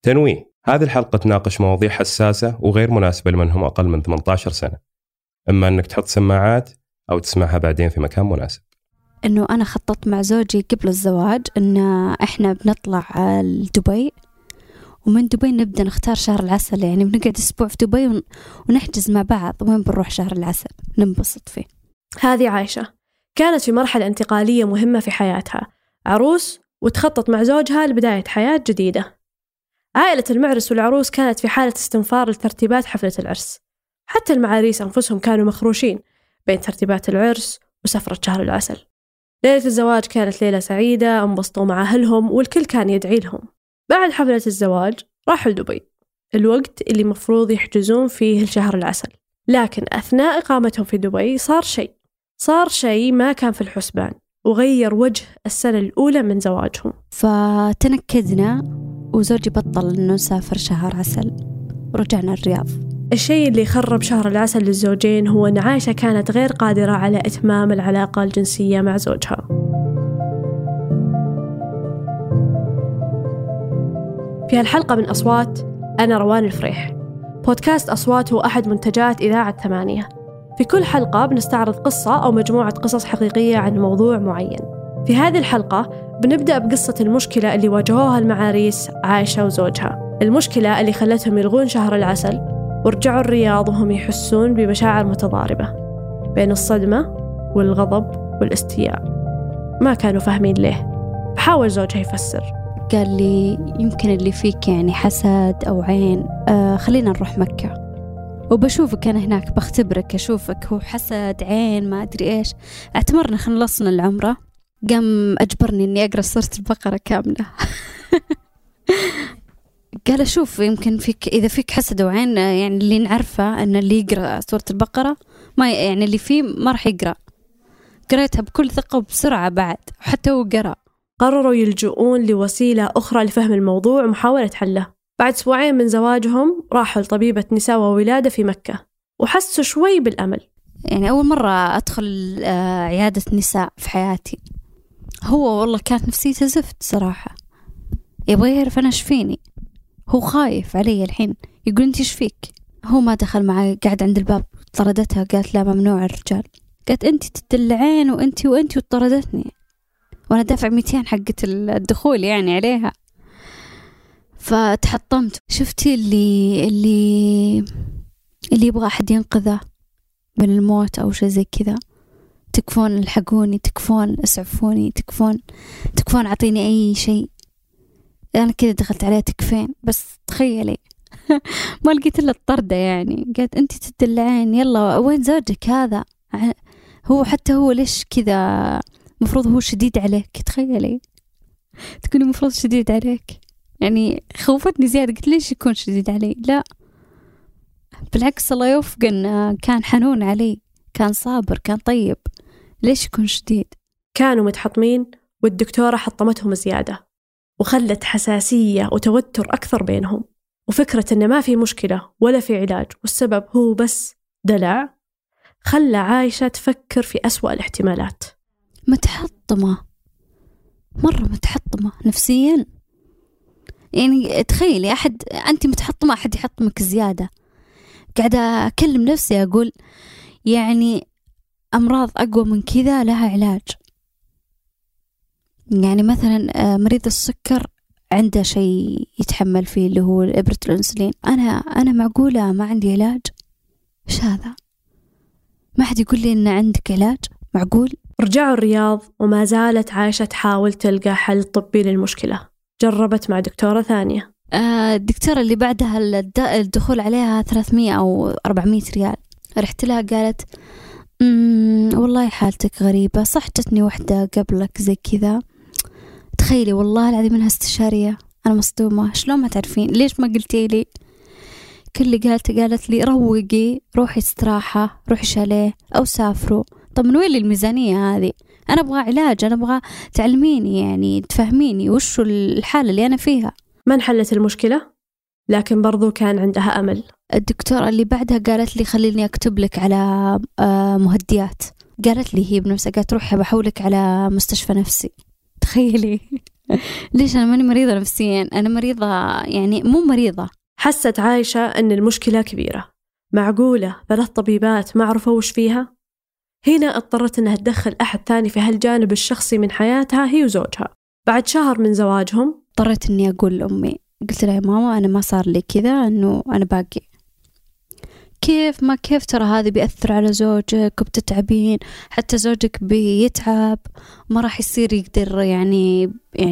تنويه: هذه الحلقة تناقش مواضيع حساسة وغير مناسبة لمن هم أقل من 18 سنة. إما أنك تحط سماعات أو تسمعها بعدين في مكان مناسب. إنه أنا خططت مع زوجي قبل الزواج إن إحنا بنطلع لدبي، ومن دبي نبدأ نختار شهر العسل، يعني بنقعد أسبوع في دبي ونحجز مع بعض وين بنروح شهر العسل ننبسط فيه. هذه عايشة كانت في مرحلة انتقالية مهمة في حياتها، عروس وتخطط مع زوجها لبداية حياة جديدة. عائلة المعرس والعروس كانت في حالة استنفار لترتيبات حفلة العرس، حتى المعاريس أنفسهم كانوا مخروشين بين ترتيبات العرس وسفرة شهر العسل. ليلة الزواج كانت ليلة سعيدة، انبسطوا مع أهلهم والكل كان يدعي لهم. بعد حفلة الزواج راحوا لدبي، الوقت اللي مفروض يحجزون فيه لشهر العسل، لكن أثناء إقامتهم في دبي صار شيء ما كان في الحسبان وغير وجه السنة الأولى من زواجهم. فتنكدنا وزوجي بطل إنه نسافر شهر عسل ورجعنا الرياض. الشيء اللي خرب شهر العسل للزوجين هو أن عايشة كانت غير قادرة على إتمام العلاقة الجنسية مع زوجها. في هالحلقة من أصوات، أنا روان الفريح. بودكاست أصوات هو أحد منتجات إذاعة 8. في كل حلقة بنستعرض قصة أو مجموعة قصص حقيقية عن موضوع معين. في هذه الحلقة بنبدأ بقصة المشكلة اللي واجهوها المعاريس عايشة وزوجها، المشكلة اللي خلتهم يلغون شهر العسل ورجعوا الرياض وهم يحسون بمشاعر متضاربة بين الصدمة والغضب والاستياء. ما كانوا فاهمين ليه. حاول زوجها يفسر، قال لي يمكن اللي فيك يعني حسد أو عين، خلينا نروح مكة وبشوفك أنا هناك، بختبرك أشوفك هو حسد عين ما أدري إيش. اعتمرنا خلصنا العمرة، قام أجبرني إني أقرأ سورة البقرة كاملة. قال أشوف يمكن فيك، إذا فيك حسد وعين يعني اللي نعرفه أن اللي يقرأ سورة البقرة ما يعني اللي فيه ما راح يقرأ. قرأتها بكل ثقة وبسرعة بعد، وحتى هو قرأ. قرروا يلجؤون لوسيلة أخرى لفهم الموضوع ومحاولة حله. بعد أسبوعين من زواجهم راحوا لطبيبة نساء وولادة في مكة وحسوا شوي بالأمل. يعني أول مرة أدخل عيادة نساء في حياتي. هو والله كانت نفسيته زفت صراحة، يبغى يعرف أنا شفيني. هو خايف علي الحين، يقول أنت شفيك. هو ما دخل معي، قاعد عند الباب. طردتها، قالت لا ممنوع الرجال. قالت أنت تدلعين وأنت وطردتني، وأنا دافع 200 حقة الدخول يعني عليها. فتحطمت. شفتي اللي يبغى أحد ينقذه من الموت أو شيء زي كذا، تكفون الحقوني، تكفون اسعفوني، تكفون عطيني أي شيء. أنا كذا دخلت عليه تكفين. بس تخيلي ما لقيت إلا الطردة يعني. قالت أنت تدلعين، يلا وين زوجك هذا؟ هو حتى هو ليش كذا؟ مفروض هو شديد عليك. تخيلي تكوني مفروض شديد عليك، يعني خوفتني زيادة. قلت ليش يكون شديد علي؟ لا بالعكس، الله يوفق إنه كان حنون علي، كان صابر، كان طيب. ليش يكون شديد؟ كانوا متحطمين والدكتورة حطمتهم زيادة وخلت حساسية وتوتر أكثر بينهم، وفكرة إن ما في مشكلة ولا في علاج والسبب هو بس دلع خلى عايشة تفكر في أسوأ الاحتمالات. متحطمة، مرة متحطمة نفسيا. يعني تخيلي أنت متحطمة، أحد يحطمك زيادة. قاعدة أكلم نفسي أقول يعني أمراض أقوى من كذا لها علاج. يعني مثلا مريض السكر عنده شيء يتحمل فيه اللي هو إبرة الأنسولين. أنا معقولة ما عندي علاج؟ إيش هذا؟ ما حد يقول لي إن عندك علاج؟ معقول؟ رجعوا الرياض وما زالت عايشة تحاول تلقى حل طبي للمشكلة. جربت مع دكتورة ثانية. الدكتورة اللي بعدها الدخول عليها 300 أو 400 ريال. رحت لها قالت والله حالتك غريبة، صح جتني وحدة قبلك زي كذا. تخيلي والله العظيم إنها استشارية. أنا مصدومة، شلون ما تعرفين؟ ليش ما قلتي لي؟ كل اللي قالت لي روقي، روحي استراحة، روحي شاليه أو سافروا. طب من وين لي الميزانية هذه؟ أنا أبغى علاج، أنا أبغى تعلميني يعني تفهميني وشو الحالة اللي أنا فيها. ما انحلت المشكلة، لكن برضو كان عندها أمل. الدكتورة اللي بعدها قالت لي خليني أكتب لك على مهدئات. قالت لي هي بنفسها، قالت روحي بحولك على مستشفى نفسي. تخيلي ليش أنا ماني مريضة نفسيا؟ أنا مريضة يعني مو مريضة. حست عايشة أن المشكلة كبيرة، معقولة 3 طبيبات ما عرفوا وش فيها؟ هنا اضطرت أنها تدخل أحد ثاني في هالجانب الشخصي من حياتها، هي وزوجها. بعد شهر من زواجهم اضطريت أني أقول لأمي، قلت لها يا ماما أنا ما صار لي كذا، أنه أنا باقي. كيف ترى هذا بيأثر على زوجك وبتتعبين، حتى زوجك بيتعب ما راح يصير يقدر يعني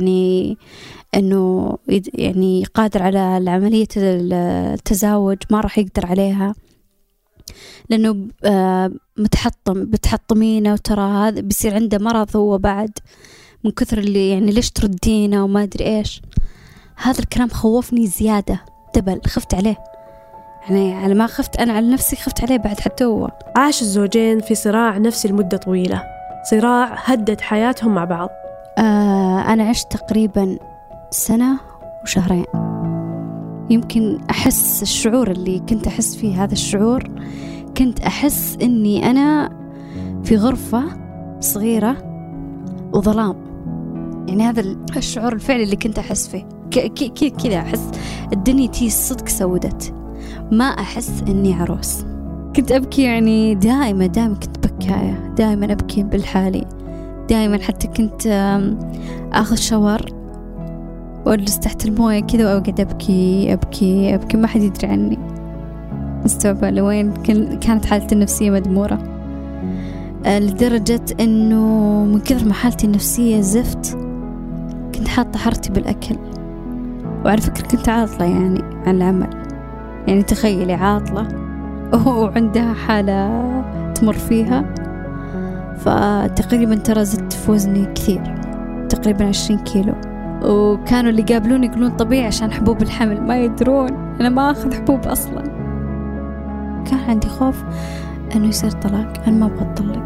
أنه يعني قادر على عملية التزاوج، ما راح يقدر عليها لأنه بتحطمينه، وترى هذا بيصير عنده مرض هو بعد من كثر اللي يعني ليش تردينه وما أدري إيش. هذا الكلام خوفني زيادة دبل، خفت عليه يعني على ما خفت أنا على نفسي، خفت عليه بعد حتى هو. عاش الزوجين في صراع نفسي لمدة طويلة، صراع هدد حياتهم مع بعض. أنا عشت تقريبا 1 وشهرين سنة. يمكن أحس الشعور اللي كنت أحس فيه، هذا الشعور كنت أحس أني أنا في غرفة صغيرة وظلام. يعني هذا الشعور الفعلي اللي كنت أحس فيه، كذا أحس الدنيا صدق سودت، ما أحس أني عروس. كنت أبكي يعني دائما كنت بكاية، دائما أبكي بالحالي، دائما حتى كنت أخذ شاور وأجلس تحت الموية كذا وأقعد أبكي ما حد يدري عني. مستوعبة لوين كانت حالتي النفسية مدمورة، لدرجة أنه من كثر ما حالتي النفسية زفت كنت حاطة حرتي بالأكل. وعلى فكرة كنت عاطلة يعني عن العمل، يعني تخيلي عاطلة وعندها حالة تمر فيها. فتقريبا ترى زدت في وزني كثير، تقريبا 20 كيلو. وكانوا اللي قابلوني يقولون طبيعي عشان حبوب الحمل، ما يدرون أنا ما أخذ حبوب أصلا. كان عندي خوف أنه يصير طلاق، أنا ما أبغى أطلق،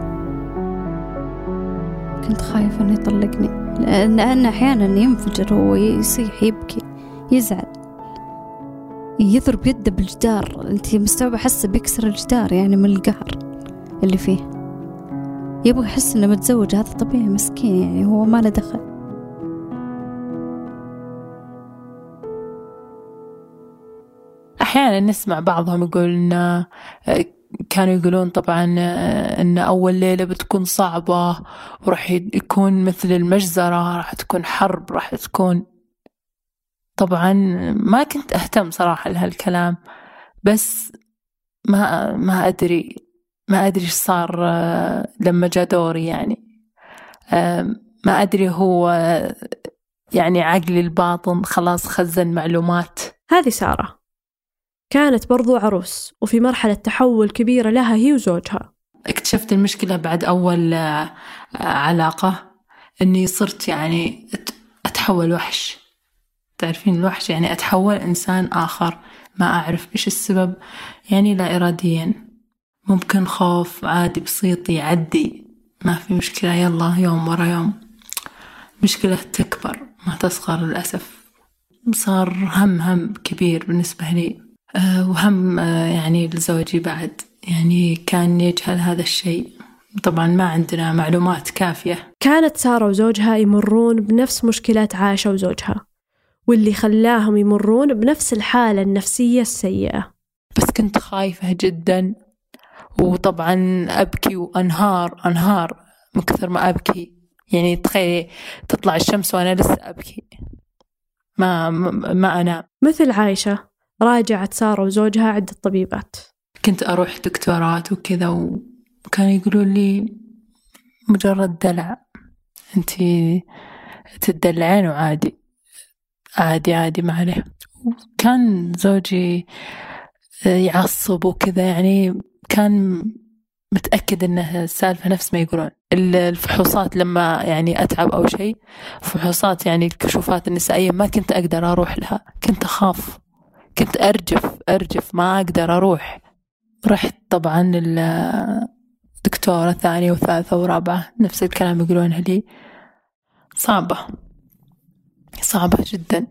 كنت خايفة أنه يطلقني، لأن أحيانا ينفجر هو، يصيح يبكي يزعل يضرب يده بالجدار، أنت مستوعبة، حاسة بيكسر الجدار يعني من القهر اللي فيه. يبغى يحس إنه متزوج، هذا طبيعي مسكين يعني هو ما له دخل. أحيانا نسمع بعضهم يقول إن كانوا يقولون طبعا إن أول ليلة بتكون صعبة وراح يكون مثل المجزرة، راح تكون حرب، راح تكون. طبعا ما كنت أهتم صراحة لهالكلام، بس ما أدري إيش صار لما جاء دوري. يعني ما أدري، هو يعني عقلي الباطن خلاص خزن معلومات. هذه سارة كانت برضو عروس وفي مرحلة تحول كبيرة لها هي وزوجها. اكتشفت المشكلة بعد أول علاقة، أني صرت يعني أتحول وحش. تعرفين الوحش يعني أتحول إنسان آخر، ما أعرف إيش السبب، يعني لا إراديا. ممكن خوف عادي بسيط يعدي، ما في مشكلة، يلا يوم ورا يوم. مشكلة تكبر ما تصغر للأسف. صار هم كبير بالنسبة لي، وهم يعني لزوجي بعد، يعني كان يجهل هذا الشيء. طبعا ما عندنا معلومات كافية. كانت سارة وزوجها يمرون بنفس مشكلات عايشة وزوجها، واللي خلاهم يمرون بنفس الحالة النفسية السيئة. بس كنت خايفة جدا، وطبعا أبكي وأنهار من كثر ما أبكي. يعني تخيلي تطلع الشمس وأنا لسه أبكي، ما أنام. مثل عايشة راجعت سارة وزوجها عدة طبيبات. كنت أروح دكتورات وكذا، وكانوا يقولوا لي مجرد دلع، أنتي تدلعين وعادي ما عليه. كان زوجي يعصب وكذا، يعني كان متأكد أنها السالفة نفس ما يقولون. الفحوصات لما يعني أتعب أو شيء، فحوصات يعني الكشوفات النسائية ما كنت أقدر أروح لها، كنت أخاف، كنت أرجف ما أقدر أروح. رحت طبعا الدكتورة ثانية وثالثة ورابعة، نفس الكلام يقولونها لي. صعبة جدا،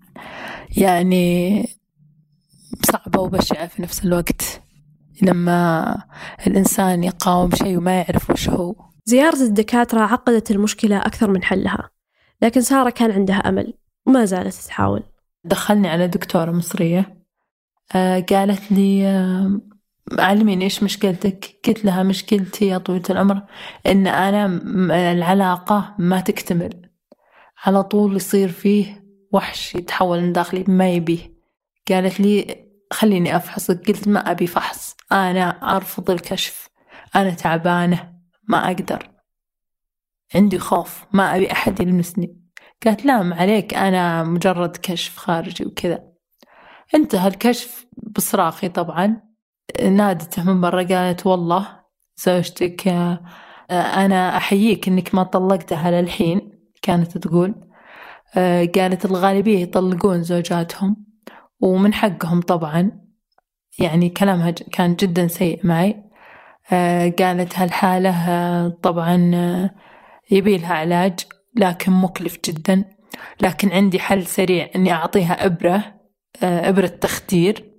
يعني صعبة وبشعة في نفس الوقت لما الإنسان يقاوم شيء وما يعرف وش هو. زيارة الدكاترة عقدت المشكلة أكثر من حلها، لكن سارة كان عندها أمل وما زالت تحاول. دخلني على دكتورة مصرية، قالت لي علميني إيش مشكلتك. قلت لها مشكلتي يا طويلة العمر إن أنا العلاقة ما تكتمل، على طول يصير فيه وحش يتحول من داخلي ما يبيه. قالت لي خليني أفحصك. قلت ما أبي فحص، أنا أرفض الكشف، أنا تعبانة ما أقدر، عندي خوف، ما أبي أحد يلمسني. قالت لا ما عليك، أنا مجرد كشف خارجي وكذا. انتهى الكشف بصراخي طبعا. نادته من برا قالت والله زوجتك أنا أحييك إنك ما طلقتها للحين. كانت تقول قالت الغالبية يطلقون زوجاتهم ومن حقهم طبعا، يعني كلامها كان جدا سيء معي. قالت هالحالة طبعا يبيلها علاج لكن مكلف جدا، لكن عندي حل سريع إني أعطيها إبرة تخدير،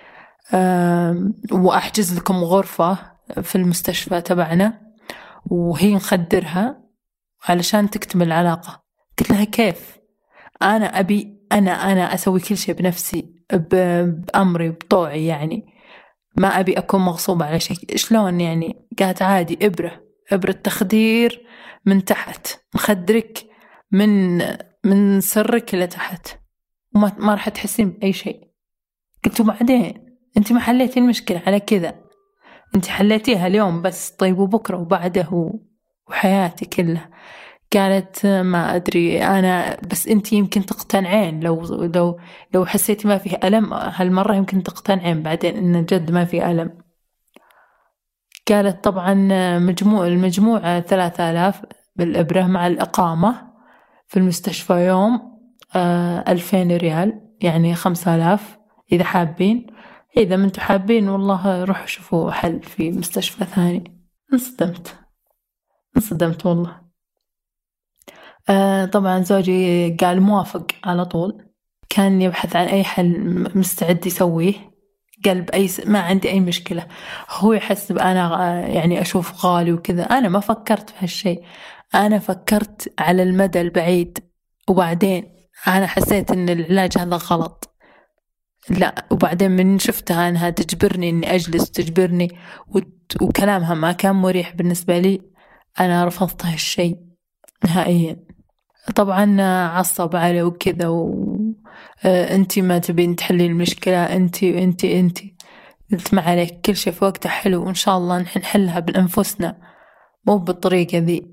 وأحجز لكم غرفة في المستشفى تبعنا وهي نخدرها علشان تكتمل العلاقة. قلت لها كيف؟ أنا أبي أنا أسوي كل شيء بنفسي بأمري بطوعي، يعني ما أبي أكون مغصوبة على شيء. شلون يعني؟ قالت عادي، إبرة تخدير من تحت، نخدرك من سرك لتحت وما راح تحسين بأي شيء. قلت وبعدين أنت ما حليتي المشكلة على كذا، أنت حليتيها اليوم بس، طيب وبكرة وبعده وحياتي كلها. قالت ما أدري أنا، بس أنت يمكن تقتنعين لو حسيتي ما فيه ألم هالمرة يمكن تقتنعين بعدين إن جد ما فيه ألم. قالت طبعا المجموعة 3000 بالإبرة مع الإقامة في المستشفى يوم 2000 ريال، يعني 5000 إذا حابين. إذا ما انتوا حابين والله روحوا شوفوا حل في مستشفى ثاني. انصدمت والله. طبعا زوجي قال موافق على طول، كان يبحث عن أي حل مستعد يسويه، قال ما عندي أي مشكلة. هو يحسب أنا يعني أشوف غالي وكذا، أنا ما فكرت في هالشيء، أنا فكرت على المدى البعيد. وبعدين أنا حسيت إن العلاج هذا غلط، لا. وبعدين من شفتها أنها تجبرني إني أجلس، تجبرني وكلامها ما كان مريح بالنسبة لي، أنا رفضت هالشيء نهائيا. طبعا عصب علي وكذا أنتي ما تبين تحلي المشكلة، أنتي. قلت ما عليك، كل شيء في وقته حلو، وإن شاء الله نحن نحلها بأنفسنا مو بالطريقة ذي.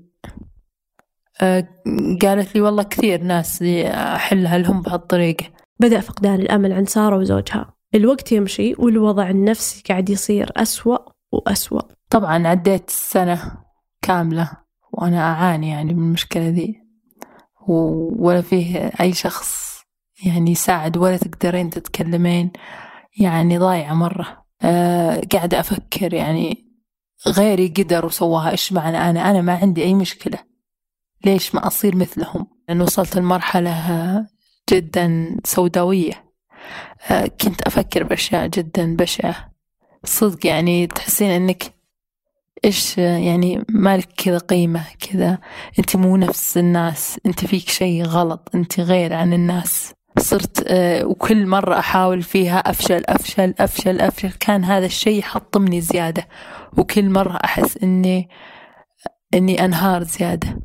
قالت لي والله كثير ناس أحلها لهم بهالطريقة. بدأ فقدان الأمل عند سارة وزوجها، الوقت يمشي والوضع النفسي قاعد يصير أسوأ وأسوأ. طبعا عديت سنة كاملة وأنا أعاني يعني من المشكلة ذي، ولا فيه أي شخص يعني يساعد ولا تقدرين تتكلمين، يعني ضايعة مرة. قاعدة أفكر يعني غيري قدر وسواها، إيش معنى أنا ما عندي أي مشكلة، ليش ما أصير مثلهم؟ لأن وصلت لمرحلة جدا سوداوية. كنت أفكر بأشياء جدا بشعة صدق، يعني تحسين أنك إيش يعني مالك كذا قيمة كذا، أنت مو نفس الناس، أنت فيك شيء غلط، أنت غير عن الناس. صرت وكل مرة أحاول فيها أفشل أفشل أفشل أفشل، كان هذا الشيء يحطمني زيادة، وكل مرة أحس إني أنهار زيادة.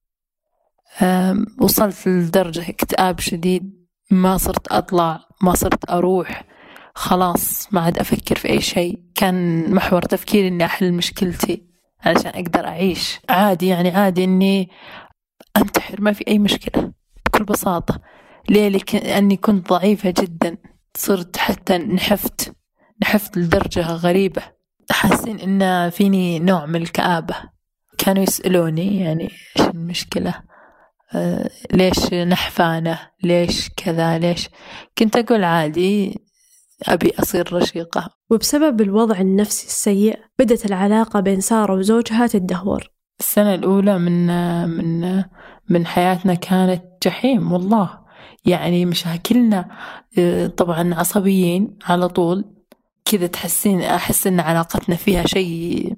وصلت لدرجة اكتئاب شديد، ما صرت أطلع، ما صرت أروح، خلاص ما عاد أفكر في أي شيء. كان محور تفكيري إني أحل مشكلتي علشان أقدر أعيش عادي، يعني عادي إني أنتحر، ما في أي مشكلة بكل بساطة. ليه؟ لأني كنت ضعيفة جدا، صرت حتى نحفت لدرجة غريبة. حاسين إن فيني نوع من الكآبة. كانوا يسألوني يعني إيش المشكلة، ليش نحفانة، ليش كذا، ليش؟ كنت أقول عادي أبي أصير رشيقة. وبسبب الوضع النفسي السيء بدت العلاقة بين سارة وزوجها تدهور. السنة الأولى من حياتنا كانت جحيم والله، يعني مشاكلنا طبعا عصبيين على طول كذا، أحس إن علاقتنا فيها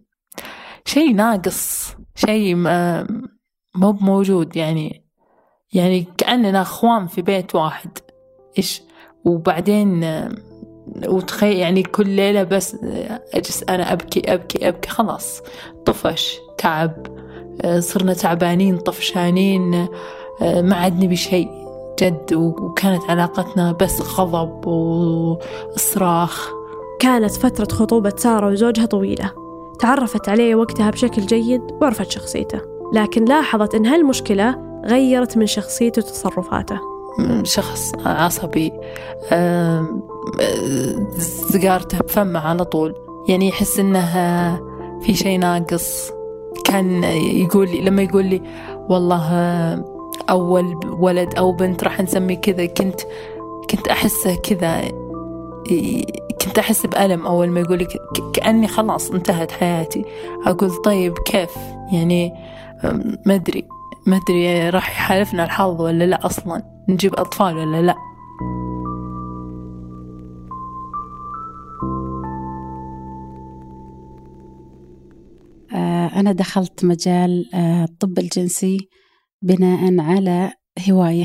شيء ناقص، شيء مو موجود، يعني يعني كأننا أخوان في بيت واحد. إيش وبعدين وتخيل يعني كل ليلة بس أجلس أنا أبكي أبكي أبكي، خلاص طفش تعب، صرنا تعبانين طفشانين، ما عدني بشيء جد، وكانت علاقتنا بس غضب وصراخ. كانت فترة خطوبة سارة وزوجها طويلة، تعرفت عليه وقتها بشكل جيد وعرفت شخصيته، لكن لاحظت إن هالمشكلة غيرت من شخصيته وتصرفاته. شخص عصبي، سيجارته بفمه على طول، يعني يحس إنه في شيء ناقص. كان يقول لي لما يقول لي والله أول ولد أو بنت راح نسمي كذا، كنت أحسه كذا، كنت أحس بألم أول ما يقول لي، كأني خلاص انتهت حياتي. أقول طيب كيف يعني؟ ما أدري راح يحالفنا الحظ ولا لا، أصلا نجيب أطفال ولا لا. أنا دخلت مجال الطب الجنسي بناء على هواية.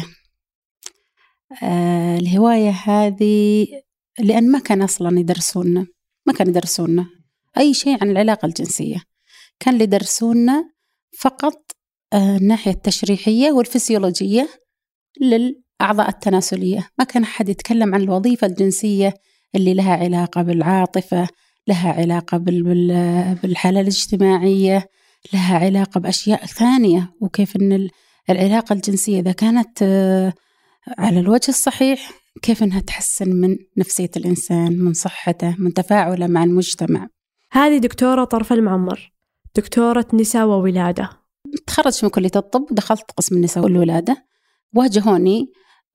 الهواية هذه لأن ما كان أصلاً يدرسونا أي شيء عن العلاقة الجنسية، كان اللي يدرسونا فقط الناحية التشريحية والفسيولوجية للأعضاء التناسلية. ما كان أحد يتكلم عن الوظيفة الجنسية اللي لها علاقة بالعاطفة، لها علاقة بالحالة الاجتماعية، لها علاقة بأشياء ثانية، وكيف أن العلاقة الجنسية إذا كانت على الوجه الصحيح كيف أنها تحسن من نفسية الإنسان، من صحته، من تفاعله مع المجتمع. هذه دكتورة طرفة المعمر، دكتورة نساء وولادة. تخرجت من كلية الطب ودخلت قسم النساء والولادة. واجهوني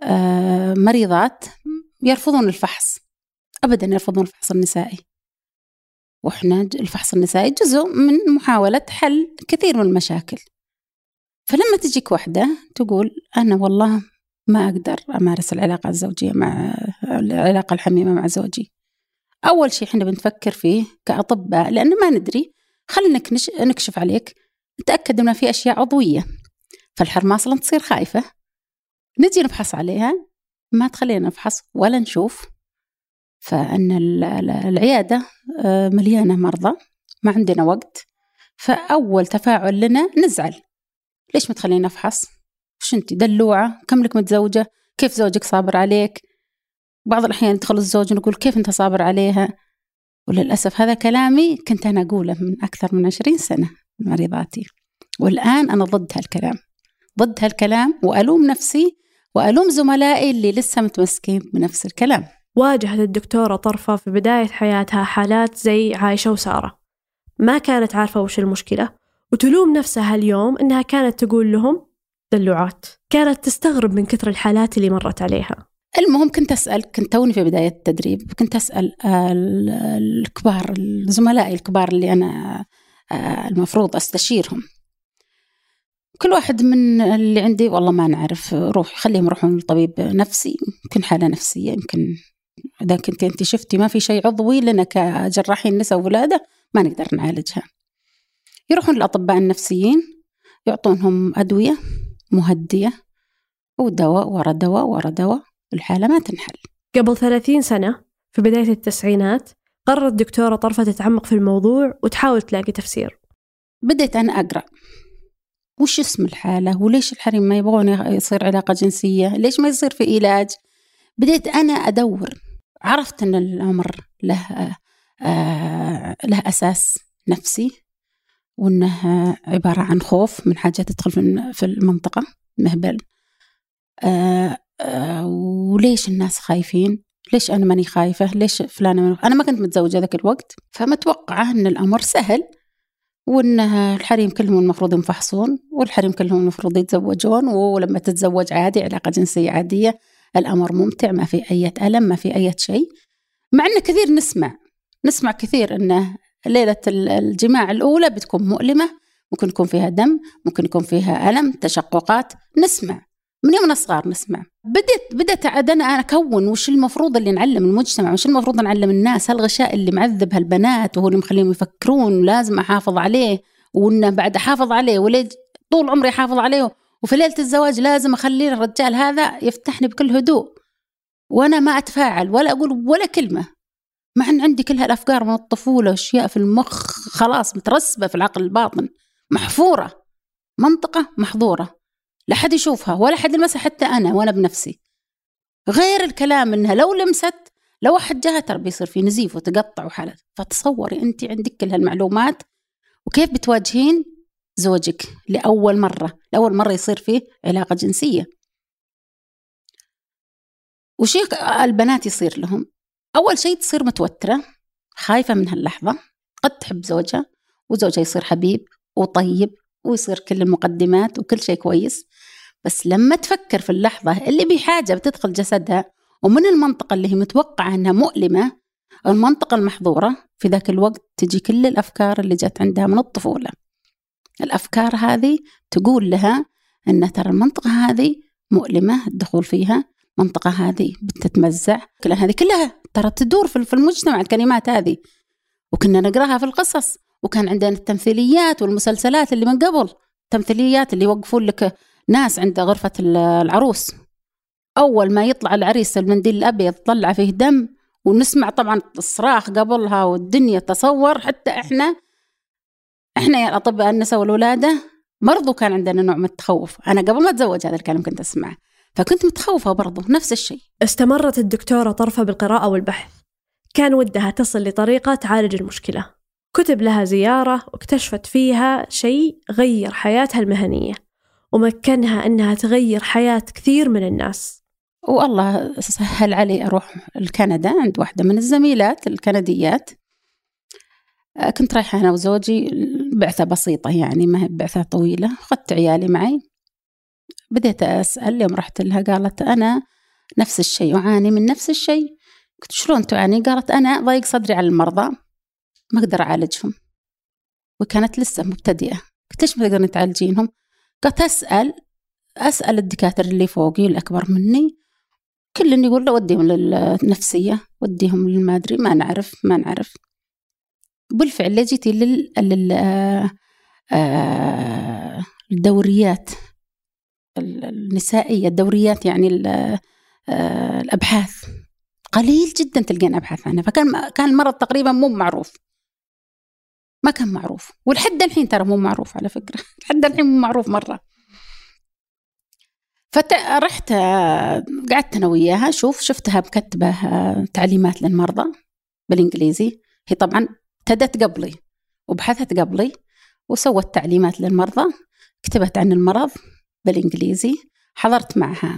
مريضات يرفضون الفحص، أبدا يرفضون الفحص النسائي، وإحنا الفحص النسائي جزء من محاولة حل كثير من المشاكل. فلما تجيك واحدة تقول أنا والله ما أقدر أمارس العلاقة الزوجية مع العلاقة الحميمة مع زوجي، أول شيء إحنا بنفكر فيه كأطباء لأنه ما ندري، خلينا نكشف عليك نتأكد إن في أشياء عضوية. فالحرمة أصلا تصير خايفة، نجي نفحص عليها ما تخلينا نفحص ولا نشوف. فأن العيادة مليانة مرضى، ما عندنا وقت، فأول تفاعل لنا نزعل، ليش ما تخلينا نفحص؟ وش أنت دلوعة؟ كم لك متزوجة؟ كيف زوجك صابر عليك؟ بعض الأحيان يدخل الزوج ونقول كيف أنت صابر عليها؟ وللأسف هذا كلامي كنت أنا أقوله من أكثر من 20 سنة مريضاتي، والآن أنا ضد هالكلام وألوم نفسي وألوم زملائي اللي لسه متمسكين بنفس الكلام. واجهت الدكتورة طرفة في بداية حياتها حالات زي عايشة وسارة، ما كانت عارفة وش المشكلة، وتلوم نفسها اليوم إنها كانت تقول لهم دلوعات. كانت تستغرب من كثر الحالات اللي مرت عليها. المهم كنت توني في بداية التدريب، كنت أسأل الكبار، الزملائي الكبار اللي أنا المفروض أستشيرهم، كل واحد من اللي عندي والله ما نعرف، خليهم يروحون لطبيب نفسي، يمكن حالة نفسية، يمكن إذا كنت أنت شفتي ما في شيء عضوي لنا كجراحين نساء وولادة ما نقدر نعالجها. يروحون للأطباء النفسيين يعطونهم أدوية مهدية ودواء ورا دواء ورا دواء، الحالة ما تنحل. قبل 30 سنة في بداية التسعينات قررت دكتورة طرفة تتعمق في الموضوع وتحاول تلاقي تفسير. بديت أنا أقرأ وش اسم الحالة، وليش الحريم ما يبغون يصير علاقة جنسية، ليش ما يصير في علاج. بديت أنا أدور، عرفت أن الأمر له أساس نفسي، وأنه عبارة عن خوف من حاجة تدخل في المنطقة مهبل. وليش الناس خايفين، ليش أنا ماني خايفة، ليش فلانة أنا ما كنت متزوجة ذاك الوقت، فمتوقعة أن الأمر سهل، وأن الحريم كلهم المفروض ينفحصون، والحريم كلهم المفروض يتزوجون، ولما تتزوج عادي علاقة جنسية عادية، الأمر ممتع، ما في أي ألم، ما في أي شيء. مع أن كثير نسمع كثير أن ليلة الجماع الأولى بتكون مؤلمة، ممكن يكون فيها دم، ممكن يكون فيها ألم، تشققات، نسمع من يوم صغار نسمع. بدأت أنا أكون وش المفروض اللي نعلم المجتمع، وش المفروض نعلم الناس، هالغشاء اللي معذب هالبنات وهو اللي مخليهم يفكرون لازم أحافظ عليه، وإنه بعد أحافظ عليه وليه طول عمري أحافظ عليه وفي ليلة الزواج لازم أخلي الرجال هذا يفتحني بكل هدوء، وأنا ما أتفاعل ولا أقول ولا كلمة، مع أن عندي كل هالأفكار من الطفولة وأشياء في المخ خلاص مترسبة في العقل الباطن، محفورة، منطقة محظورة، لا حد يشوفها ولا حد يلمسها، حتى أنا وأنا بنفسي. غير الكلام إنها لو لمست، لو واحد جاها ترى بيصير في نزيف وتقطع وحالة. فتصوري أنت عندك كل هالمعلومات، وكيف بتواجهين زوجك لأول مرة يصير فيه علاقة جنسية. وشيء البنات يصير لهم أول شيء تصير متوترة، خايفة من هاللحظة، قد تحب زوجها وزوجها يصير حبيب وطيب ويصير كل المقدمات وكل شيء كويس، بس لما تفكر في اللحظة اللي بحاجة بتدخل جسدها ومن المنطقة اللي هي متوقعة أنها مؤلمة، المنطقة المحظورة، في ذاك الوقت تجي كل الأفكار اللي جت عندها من الطفولة. الأفكار هذه تقول لها أن ترى المنطقة هذه مؤلمة الدخول فيها، منطقة هذه بتتمزع، هذه كلها ترى تدور في المجتمع الكلمات هذه. وكنا نقراها في القصص، وكان عندنا التمثيليات والمسلسلات اللي من قبل، تمثيليات اللي يوقفون لك ناس عند غرفة العروس، أول ما يطلع العريس المنديل الأبيض طلع فيه دم، ونسمع طبعا الصراخ قبلها والدنيا تصور. حتى إحنا يا أطباء النساء والولادة برضو كان عندنا نوع من التخوف. أنا قبل ما أتزوج هذا الكلام كنت أسمعه، فكنت متخوفة برضو نفس الشيء. استمرت الدكتورة طرفة بالقراءة والبحث، كان ودها تصل لطريقة تعالج المشكلة. كتب لها زيارة واكتشفت فيها شيء غير حياتها المهنية ومكنها أنها تغير حياة كثير من الناس. والله سهل علي أروح الكندا عند واحدة من الزميلات الكنديات. كنت رايحة أنا وزوجي بعثة بسيطة، يعني ما هي بعثة طويلة. أخذت عيالي معي، بديت أسأل. يوم رحت لها قالت أنا نفس الشيء، أعاني من نفس الشيء. قلت شلون تعاني؟ قالت أنا ضيق صدري على المرضى، ما أقدر أعالجهم. وكانت لسه مبتدئة. قلت ليش ما تقدرين تعالجينهم؟ قلت أسأل الدكاترة اللي فوقي الأكبر مني، كل اللي يقول له وديهم للنفسية، وديهم للمادري، ما نعرف. بالفعل جيتي الدوريات النسائية، الدوريات يعني الأبحاث، قليل جدا تلقين أبحاث عنها. فكان المرض تقريبا مو معروف، ما كان معروف، ولحد الحين ترى مو معروف على فكرة، لحد الحين مو معروف مرة. فرحت قعدت أنا وياها، شفتها مكتبة تعليمات للمرضى بالإنجليزي. هي طبعا ابتدت قبلي وبحثت قبلي وسوت تعليمات للمرضى، كتبت عن المرض بالإنجليزي. حضرت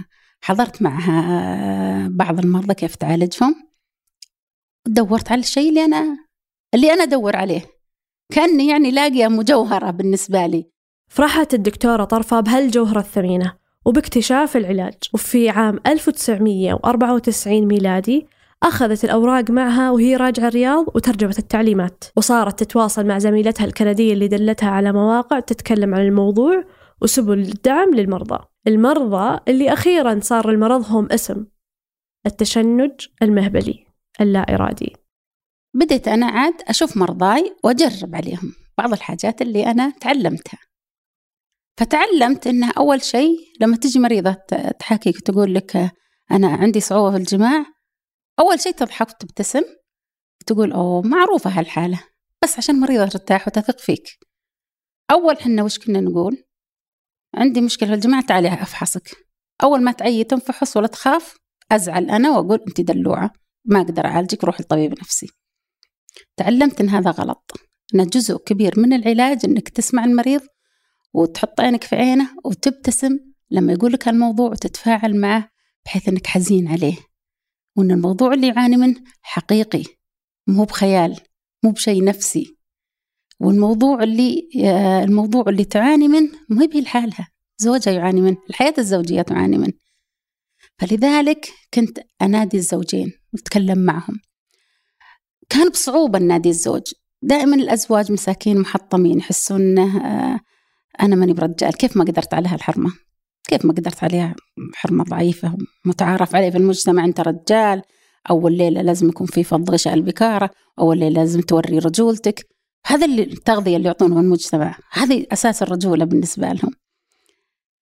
معها بعض المرضى كيف تعالجهم. دورت على الشيء اللي أنا أدور عليه، كأني يعني لاقية مجوهرة بالنسبة لي. فرحت الدكتورة طرفة بهالجوهرة الثمينة وباكتشاف العلاج. وفي عام 1994 ميلادي أخذت الأوراق معها وهي راجعة الرياض وترجمت التعليمات، وصارت تتواصل مع زميلتها الكندية اللي دلتها على مواقع تتكلم عن الموضوع وسبل الدعم للمرضى. المرضى اللي أخيراً صار لمرضهم اسم، التشنج المهبلي اللا إرادي. بديت أنا عاد أشوف مرضاي وأجرب عليهم بعض الحاجات اللي أنا تعلمتها. فتعلمت إنها أول شيء لما تجي مريضة تحاكيك تقول لك أنا عندي صعوبة في الجماع، أول شيء تضحك وتبتسم وتقول أوه معروفة هالحالة، بس عشان مريضة ترتاح وتثق فيك. أول حنا وش كنا نقول؟ عندي مشكلة في الجماع، تعالي أفحصك. أول ما تعي تنفحص ولا تخاف، أزعل أنا وأقول أنت دلوعة ما أقدر أعالجك، روح لطبيب نفسي. تعلمت إن هذا غلط، إن جزء كبير من العلاج إنك تسمع المريض وتحط عينك في عينه وتبتسم لما يقول لك هالموضوع وتتفاعل معه بحيث إنك حزين عليه، وإن الموضوع اللي يعاني منه حقيقي، مو بخيال، مو بشيء نفسي. والموضوع اللي تعاني منه مو هي لحالها، زوجها يعاني منه، الحياة الزوجية تعاني منه. فلذلك كنت أنادي الزوجين وأتكلم معهم. كان بصعوبة نادي الزوج، دائما الأزواج مساكين محطمين، يحسون إنه أنا ماني برجال، كيف ما قدرت عليها الحرمة، كيف ما قدرت عليها حرمة ضعيفة متعارف عليه في المجتمع، أنت رجال، أول ليلة لازم يكون في فض غشاء البكارة، أول ليلة لازم توري رجولتك. هذا التغذية اللي يعطونه المجتمع، هذه أساس الرجولة بالنسبة لهم.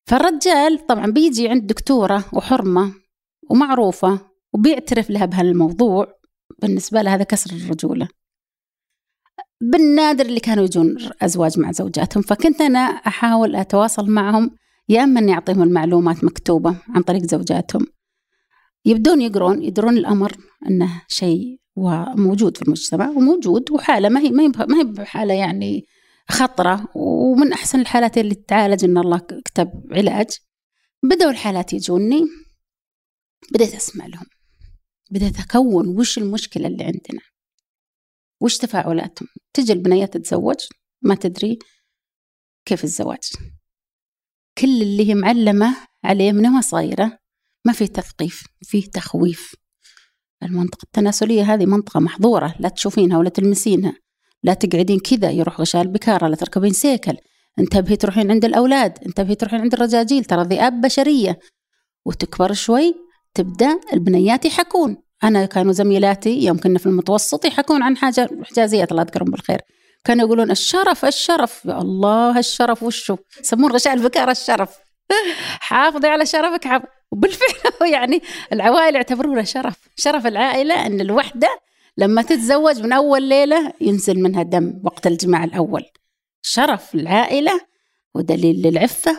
فالرجال طبعا بيجي عند دكتورة وحرمة ومعروفة وبيعترف لها بهالموضوع، بالنسبة لها هذا كسر الرجولة. بالنادر اللي كانوا يجون أزواج مع زوجاتهم، فكنت أنا أحاول أتواصل معهم، يا أما أن يعطيهم المعلومات مكتوبة عن طريق زوجاتهم، يبدون يدرون الأمر أنه شيء موجود في المجتمع وموجود، وحالة ما هي بحالة يعني خطرة، ومن أحسن الحالات اللي تتعالج إن الله كتب علاج. بدأوا الحالات يجوني، بدأت أسمع لهم، بدأت أكون وش المشكلة اللي عندنا، وش تفاعلاتهم. تجي البنية تتزوج ما تدري كيف الزواج، كل اللي هي معلمة عليه من هو صغيرة، ما في تثقيف، فيه تخويف. المنطقة التناسلية هذه منطقة محظورة، لا تشوفينها ولا تلمسينها، لا تقعدين كذا يروح غشاء البكارة، لا تركبين سيكل، انتبهي تروحين عند الأولاد، انتبهي تروحين عند الرجاجيل، ترى ذئاب بشرية. وتكبر شوي تبدأ البنيات يحكون. أنا كانوا زميلاتي يوم كنا في المتوسط يحكون عن حاجة حجازية الله يذكرهم بالخير، كانوا يقولون الشرف الشرف، يا الله الشرف وشو يسمون غشاء البكارة الشرف، حافظي على شرفك. وبالفعل يعني العوائل يعتبرونه شرف العائلة أن الوحدة لما تتزوج من أول ليلة ينزل منها دم وقت الجماع الأول، شرف العائلة ودليل للعفة.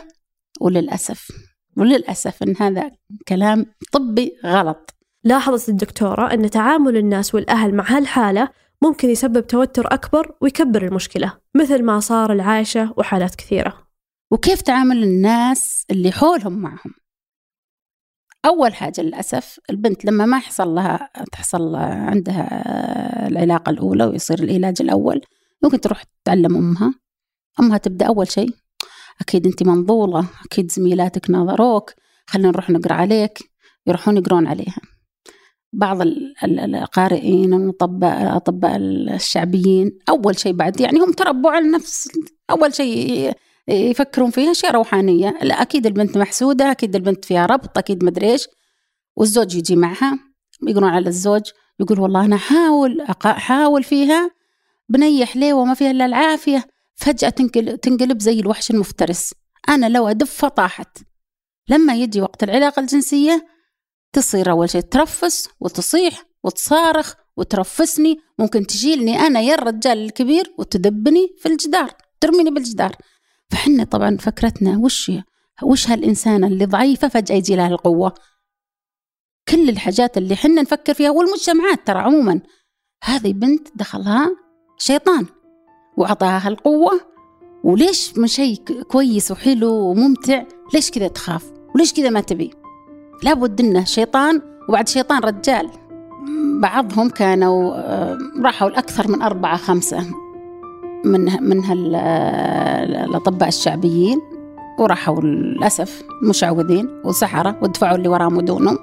وللأسف أن هذا كلام طبي غلط. لاحظت الدكتورة أن تعامل الناس والأهل مع هالحالة ممكن يسبب توتر أكبر ويكبر المشكلة، مثل ما صار العائشة وحالات كثيرة. وكيف تعامل الناس اللي حولهم معهم؟ أول حاجة للأسف البنت لما ما تحصل عندها العلاقة الأولى ويصير العلاج الأول، ممكن تروح تتعلم أمها تبدأ أول شيء، أكيد أنت منظولة، أكيد زميلاتك ناظروك، خلينا نروح نقرأ عليك، يروحون يقرون عليها. بعض القارئين الأطباء الشعبيين أول شيء بعد يعني هم تربوا على نفس أول شيء يفكرون فيها شيء روحانية، لا أكيد البنت محسودة، أكيد البنت فيها ربط، أكيد مدري إيش. والزوج يجي معها يقولون على الزوج، يقول والله أنا حاول فيها بنيح ليه وما فيها إلا العافية، فجأة تنقلب زي الوحش المفترس، أنا لو أدفها طاحت. لما يجي وقت العلاقة الجنسية تصير أول شيء ترفس وتصيح وتصارخ وترفسني، ممكن تجيلني أنا يا الرجال الكبير وتدبني في الجدار، ترميني بالجدار. فحنا طبعا فكرتنا وش هالإنسانة اللي ضعيفة فجأة يجي لها القوة. كل الحاجات اللي حنا نفكر فيها والمجتمعات ترى عموما، هذه بنت دخلها شيطان وعطاها القوة، وليش من شيء كويس وحلو وممتع ليش كذا تخاف وليش كذا ما تبي؟ لابد إنه شيطان، وبعد شيطان رجال. بعضهم كانوا راحوا الأكثر من 4-5 من الأطباء الشعبيين، وراحوا للأسف مشعوذين وسحرة ودفعوا اللي وراهم ودونهم.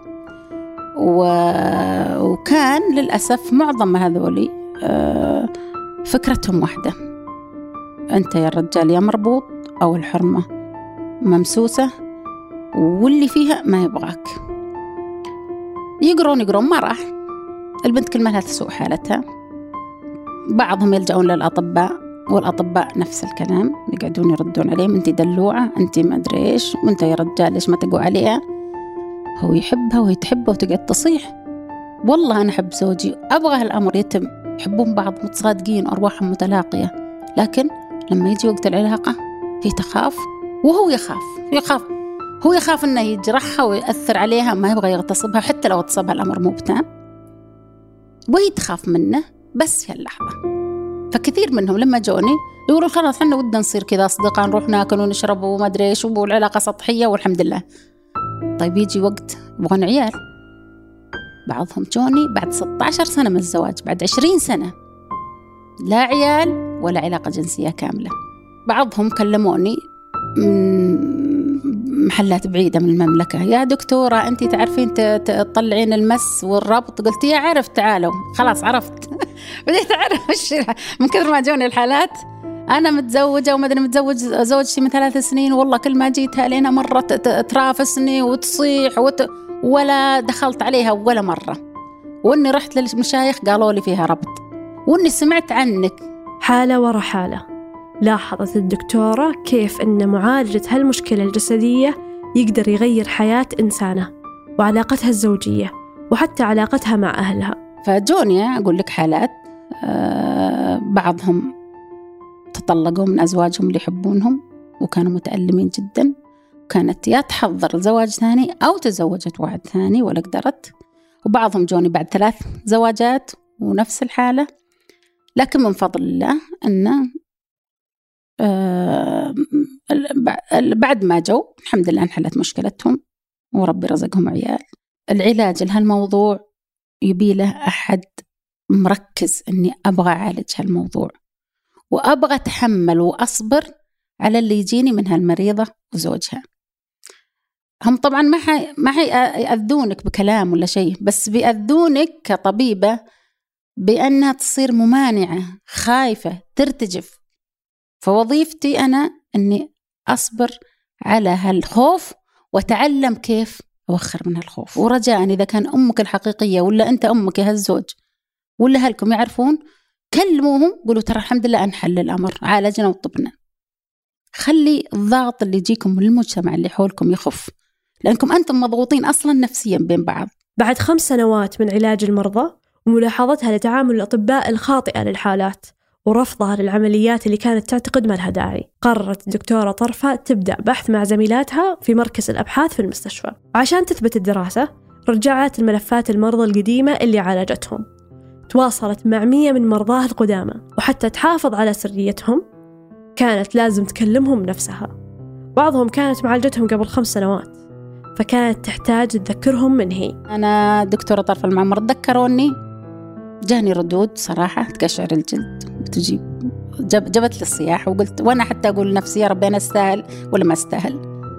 وكان للأسف معظم هذولي فكرتهم واحدة، أنت يا الرجال يا مربوط أو الحرمة ممسوسة واللي فيها ما يبغاك. يقرون ما راح البنت كل ما لها تسوء حالتها. بعضهم يلجؤون للأطباء، والأطباء نفس الكلام يقعدون يردون عليهم، أنت دلوعة، أنت ما أدري إيش، وأنت يا رجال ليش ما تقوى عليها. هو يحبها وهي تحبه وتقعد تصيح والله أنا أحب زوجي، أبغى هالأمر يتم، يحبون بعض متصادقين أرواحهم متلاقية. لكن لما يجي وقت العلاقة هي تخاف وهو يخاف إنه يجرحها ويأثر عليها، ما يبغى يغتصبها حتى لو اغتصبها الأمر مو بتام، وهي تخاف منه بس في اللحظة. فكثير منهم لما جوني يقولوا خلاص حنا ودنا نصير كذا أصدقاء، نروح ناكل ونشرب وما أدري إيش، والعلاقة سطحية والحمد لله. طيب يجي وقت يبغون عيال. بعضهم جوني بعد 16 سنة من الزواج، بعد 20 سنة لا عيال ولا علاقة جنسية كاملة. بعضهم كلموني من محلات بعيدة من المملكة، يا دكتورة أنت تعرفين تطلعين المس والربط. قلت يا عرف تعالوا خلاص عرفت. بديت أعرف من كثر ما جوني الحالات. أنا متزوجة ومدري متزوج زوجتي من 3 سنين، والله كل ما جيتها لنا مرة ترافسني وتصيح ولا دخلت عليها ولا مرة، وإني رحت للمشايخ قالوا لي فيها ربط، وإني سمعت عنك. حالة ورا حالة. لاحظت الدكتورة كيف أن معالجة هالمشكلة الجسدية يقدر يغير حياة إنسانة وعلاقتها الزوجية وحتى علاقتها مع أهلها. فجوني أقول لك حالات بعضهم تطلقوا من أزواجهم اللي يحبونهم وكانوا متألمين جدا، كانت يا تحضر زواج ثاني أو تزوجت واحد ثاني ولا قدرت، وبعضهم جوني بعد 3 زواجات ونفس الحالة. لكن من فضل الله أن بعد ما جو الحمد لله انحلت مشكلتهم وربي رزقهم عيال. العلاج لهالموضوع يبي له أحد مركز إني أبغى أعالج هالموضوع وأبغى أتحمل وأصبر على اللي يجيني من هالمريضة وزوجها. هم طبعا ما يأذونك بكلام ولا شيء، بس بيأذونك كطبيبة بأنها تصير ممانعة خايفة ترتجف. فوظيفتي أنا أني أصبر على هالخوف وأتعلم كيف أوخر من هالخوف. ورجاء إذا كان أمك الحقيقية ولا أنت أمك هالزوج ولا هلكم يعرفون، كلموهم قولوا ترى الحمد لله أنحل الأمر، عالجنا وطبنا. خلي الضغط اللي يجيكم من المجتمع اللي حولكم يخف، لأنكم أنتم مضغوطين أصلا نفسيا بين بعض. بعد 5 سنوات من علاج المرضى وملاحظتها لتعامل الأطباء الخاطئة للحالات ورفضها للعمليات اللي كانت تعتقد ما لها داعي، قررت الدكتورة طرفة تبدأ بحث مع زميلاتها في مركز الأبحاث في المستشفى. عشان تثبت الدراسة رجعت الملفات المرضى القديمة اللي عالجتهم، تواصلت مع 100 من مرضاها القدامى، وحتى تحافظ على سريتهم كانت لازم تكلمهم نفسها. بعضهم كانت معالجتهم قبل 5 سنوات فكانت تحتاج تذكرهم من هي. أنا دكتورة طرف المعمر تذكروني، جاني ردود صراحة تقشعر الجلد وتجيب جبت لي الصياح، وقلت وأنا حتى أقول لنفسي يا ربي أنا أستاهل ولا ما أستاهل.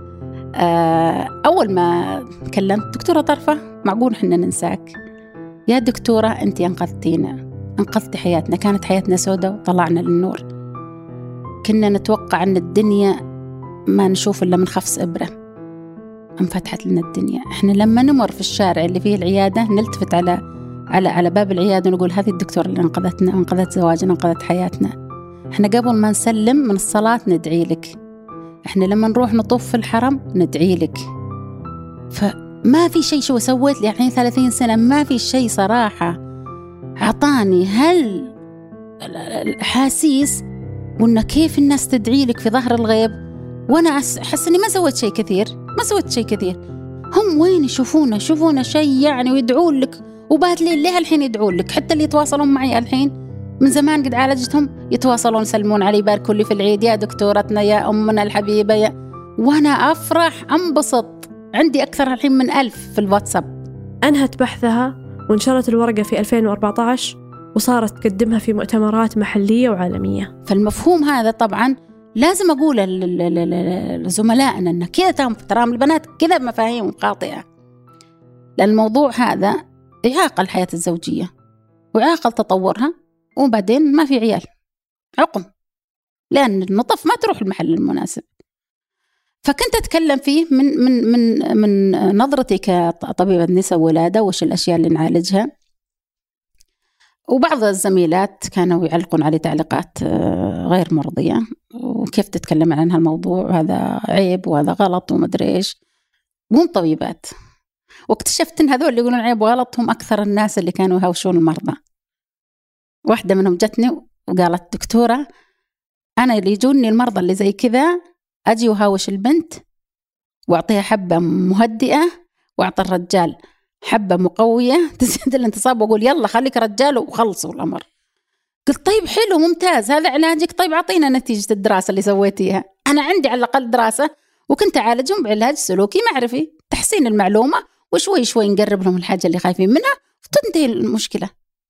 أول ما كلمت دكتورة طرفة معقول حنا ننساك يا دكتورة، أنت أنقذتينا، أنقذتي حياتنا، كانت حياتنا سوداء وطلعنا للنور. كنا نتوقع أن الدنيا ما نشوف إلا من خفص إبرة، انفتحت لنا الدنيا. إحنا لما نمر في الشارع اللي فيه العيادة نلتفت على باب العيادة ونقول هذه الدكتورة اللي أنقذتنا، أنقذت زواجنا، أنقذت حياتنا. إحنا قبل ما نسلم من الصلاة ندعي لك، إحنا لما نروح نطوف في الحرم ندعي لك. فما في شيء شو سويت لي الحين 30 سنة، ما في شيء صراحة عطاني الحاسيس وإنه كيف الناس تدعي لك في ظهر الغيب، وأنا أحس إني ما سويت شيء كثير. هم وين يشوفونا شيء يعني ويدعون لك، وبعد ليه الحين يدعون لك. حتى اللي يتواصلون معي الحين من زمان قد عالجتهم يتواصلون يسلمون علي، يباركوا لي في العيد، يا دكتورتنا يا أمنا الحبيبة وأنا أفرح أنبسط. عندي أكثر الحين من 1000 في الواتساب. أنهت بحثها وانشرت الورقة في 2014 وصارت تقدمها في مؤتمرات محلية وعالمية. فالمفهوم هذا طبعا لازم أقول لزملائنا أن كذا ترام البنات كذا بمفاهيم خاطئة، لأن الموضوع هذا يعاقل الحياة الزوجية ويعاقل تطورها، وبعدين ما في عيال عقم، لأن النطف ما تروح المحل المناسب. فكنت أتكلم فيه من نظرتي كطبيبة نساء وولادة، وش الأشياء اللي نعالجها. وبعض الزميلات كانوا يعلقون علي تعليقات غير مرضية، وكيف تتكلم عن هالموضوع، هذا عيب وهذا غلط ومدري إيش، وهم طبيبات. واكتشفت إن هذول اللي يقولون عيب وغلط هم أكثر الناس اللي كانوا يهاوشون المرضى. واحدة منهم جتني وقالت دكتورة أنا اللي يجوني المرضى اللي زي كذا أجي وهاوش البنت وأعطيها حبة مهدئة وأعطي الرجال حبة مقوية تزيد الانتصاب، وأقول يلا خليك رجال وخلصوا الأمر. قلت طيب حلو ممتاز هذا علاجك، طيب أعطينا نتيجة الدراسة اللي سويتيها. أنا عندي على الأقل دراسة وكنت أعالجهم بعلاج سلوكي معرفي، تحسين المعلومة وشوي شوي نقرب لهم الحاجة اللي خايفين منها وتنتهي المشكلة.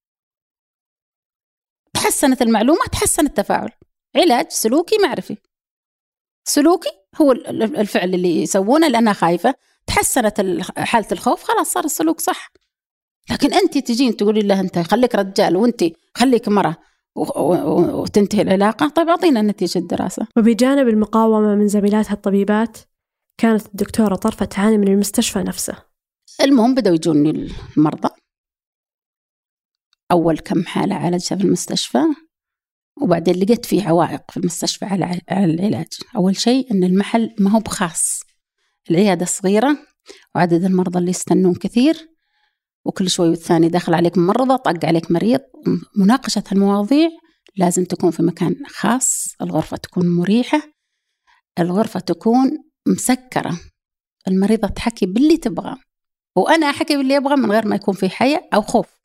تحسنت المعلومة تحسن التفاعل. علاج سلوكي معرفي، سلوكي هو الفعل اللي يسوونه لأنها خايفة، تحسنت حالة الخوف خلاص صار السلوك صح. لكن أنت تجين تقولي له أنت خليك رجال وأنت خليك مرة وتنتهي العلاقة. طيب أعطينا نتيجة الدراسة. وبجانب المقاومة من زميلاتها الطبيبات كانت الدكتورة طرفة تعاني من المستشفى نفسه. المهم بدأوا يجوني المرضى، أول كم حالة عالجها في المستشفى وبعدين لقيت فيه عوائق في المستشفى على العلاج. أول شيء أن المحل ما هو بخاص، العيادة صغيرة وعدد المرضى اللي يستنون كثير، وكل شوي والثاني داخل عليك ممرضة طق عليك مريض. مناقشة المواضيع لازم تكون في مكان خاص، الغرفة تكون مريحة، الغرفة تكون مسكرة، المريضة تحكي باللي تبغى وأنا أحكي باللي أبغى من غير ما يكون في حياء أو خوف.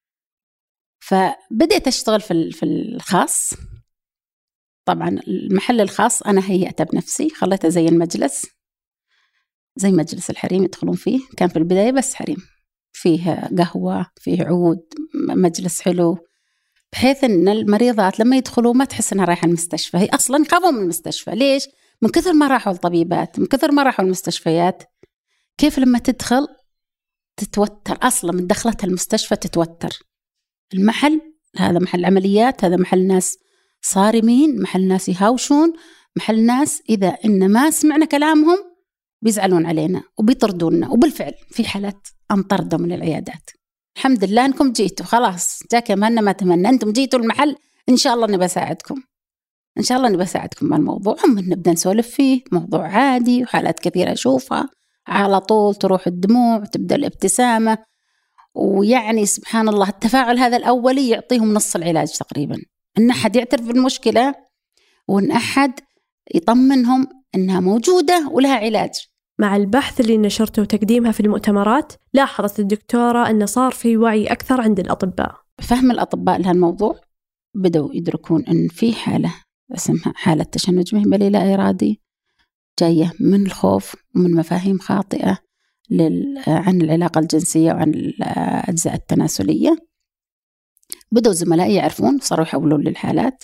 فبدأت أشتغل في الخاص. طبعا المحل الخاص أنا هيئته بنفسي، خليته زي المجلس، زي مجلس الحريم يدخلون فيه. كان في البداية بس حريم، فيه قهوة، فيه عود، مجلس حلو، بحيث أن المريضات لما يدخلوا ما تحس أنها رايحة المستشفى. هي أصلا يخافوا من المستشفى. ليش؟ من كثر ما راحوا الطبيبات، من كثر ما راحوا المستشفيات. كيف لما تدخل تتوتر، أصلا من دخلتها المستشفى تتوتر. المحل هذا محل عمليات، هذا محل ناس صارمين، محل ناس يهاوشون، محل ناس إذا إن ما سمعنا كلامهم بيزعلون علينا وبيطردوننا. وبالفعل في حالات انطردوا من العيادات. الحمد لله أنكم جيتوا، خلاص جاك يمنا ما تمنى، أنتم جيتوا المحل، إن شاء الله نبى أساعدكم، إن شاء الله نبى أساعدكم مع الموضوع. نبدأ نسولف فيه، موضوع عادي، وحالات كثيرة أشوفها على طول تروح الدموع، تبدأ الابتسامة، ويعني سبحان الله التفاعل هذا الأولي يعطيهم نص العلاج تقريبا. إن أحد يعترف بالمشكلة، وإن أحد يطمنهم إنها موجودة ولها علاج. مع البحث اللي نشرته وتقديمها في المؤتمرات، لاحظت الدكتورة أن صار في وعي أكثر عند الأطباء. فهم الأطباء لهالموضوع، بدأوا يدركون أن في حالة اسمها حالة تشنج مهبلي لا إرادي، جاية من الخوف ومن مفاهيم خاطئة عن العلاقة الجنسية وعن الأجزاء التناسلية. بدأوا زملائي يعرفون، صاروا يحولون للحالات.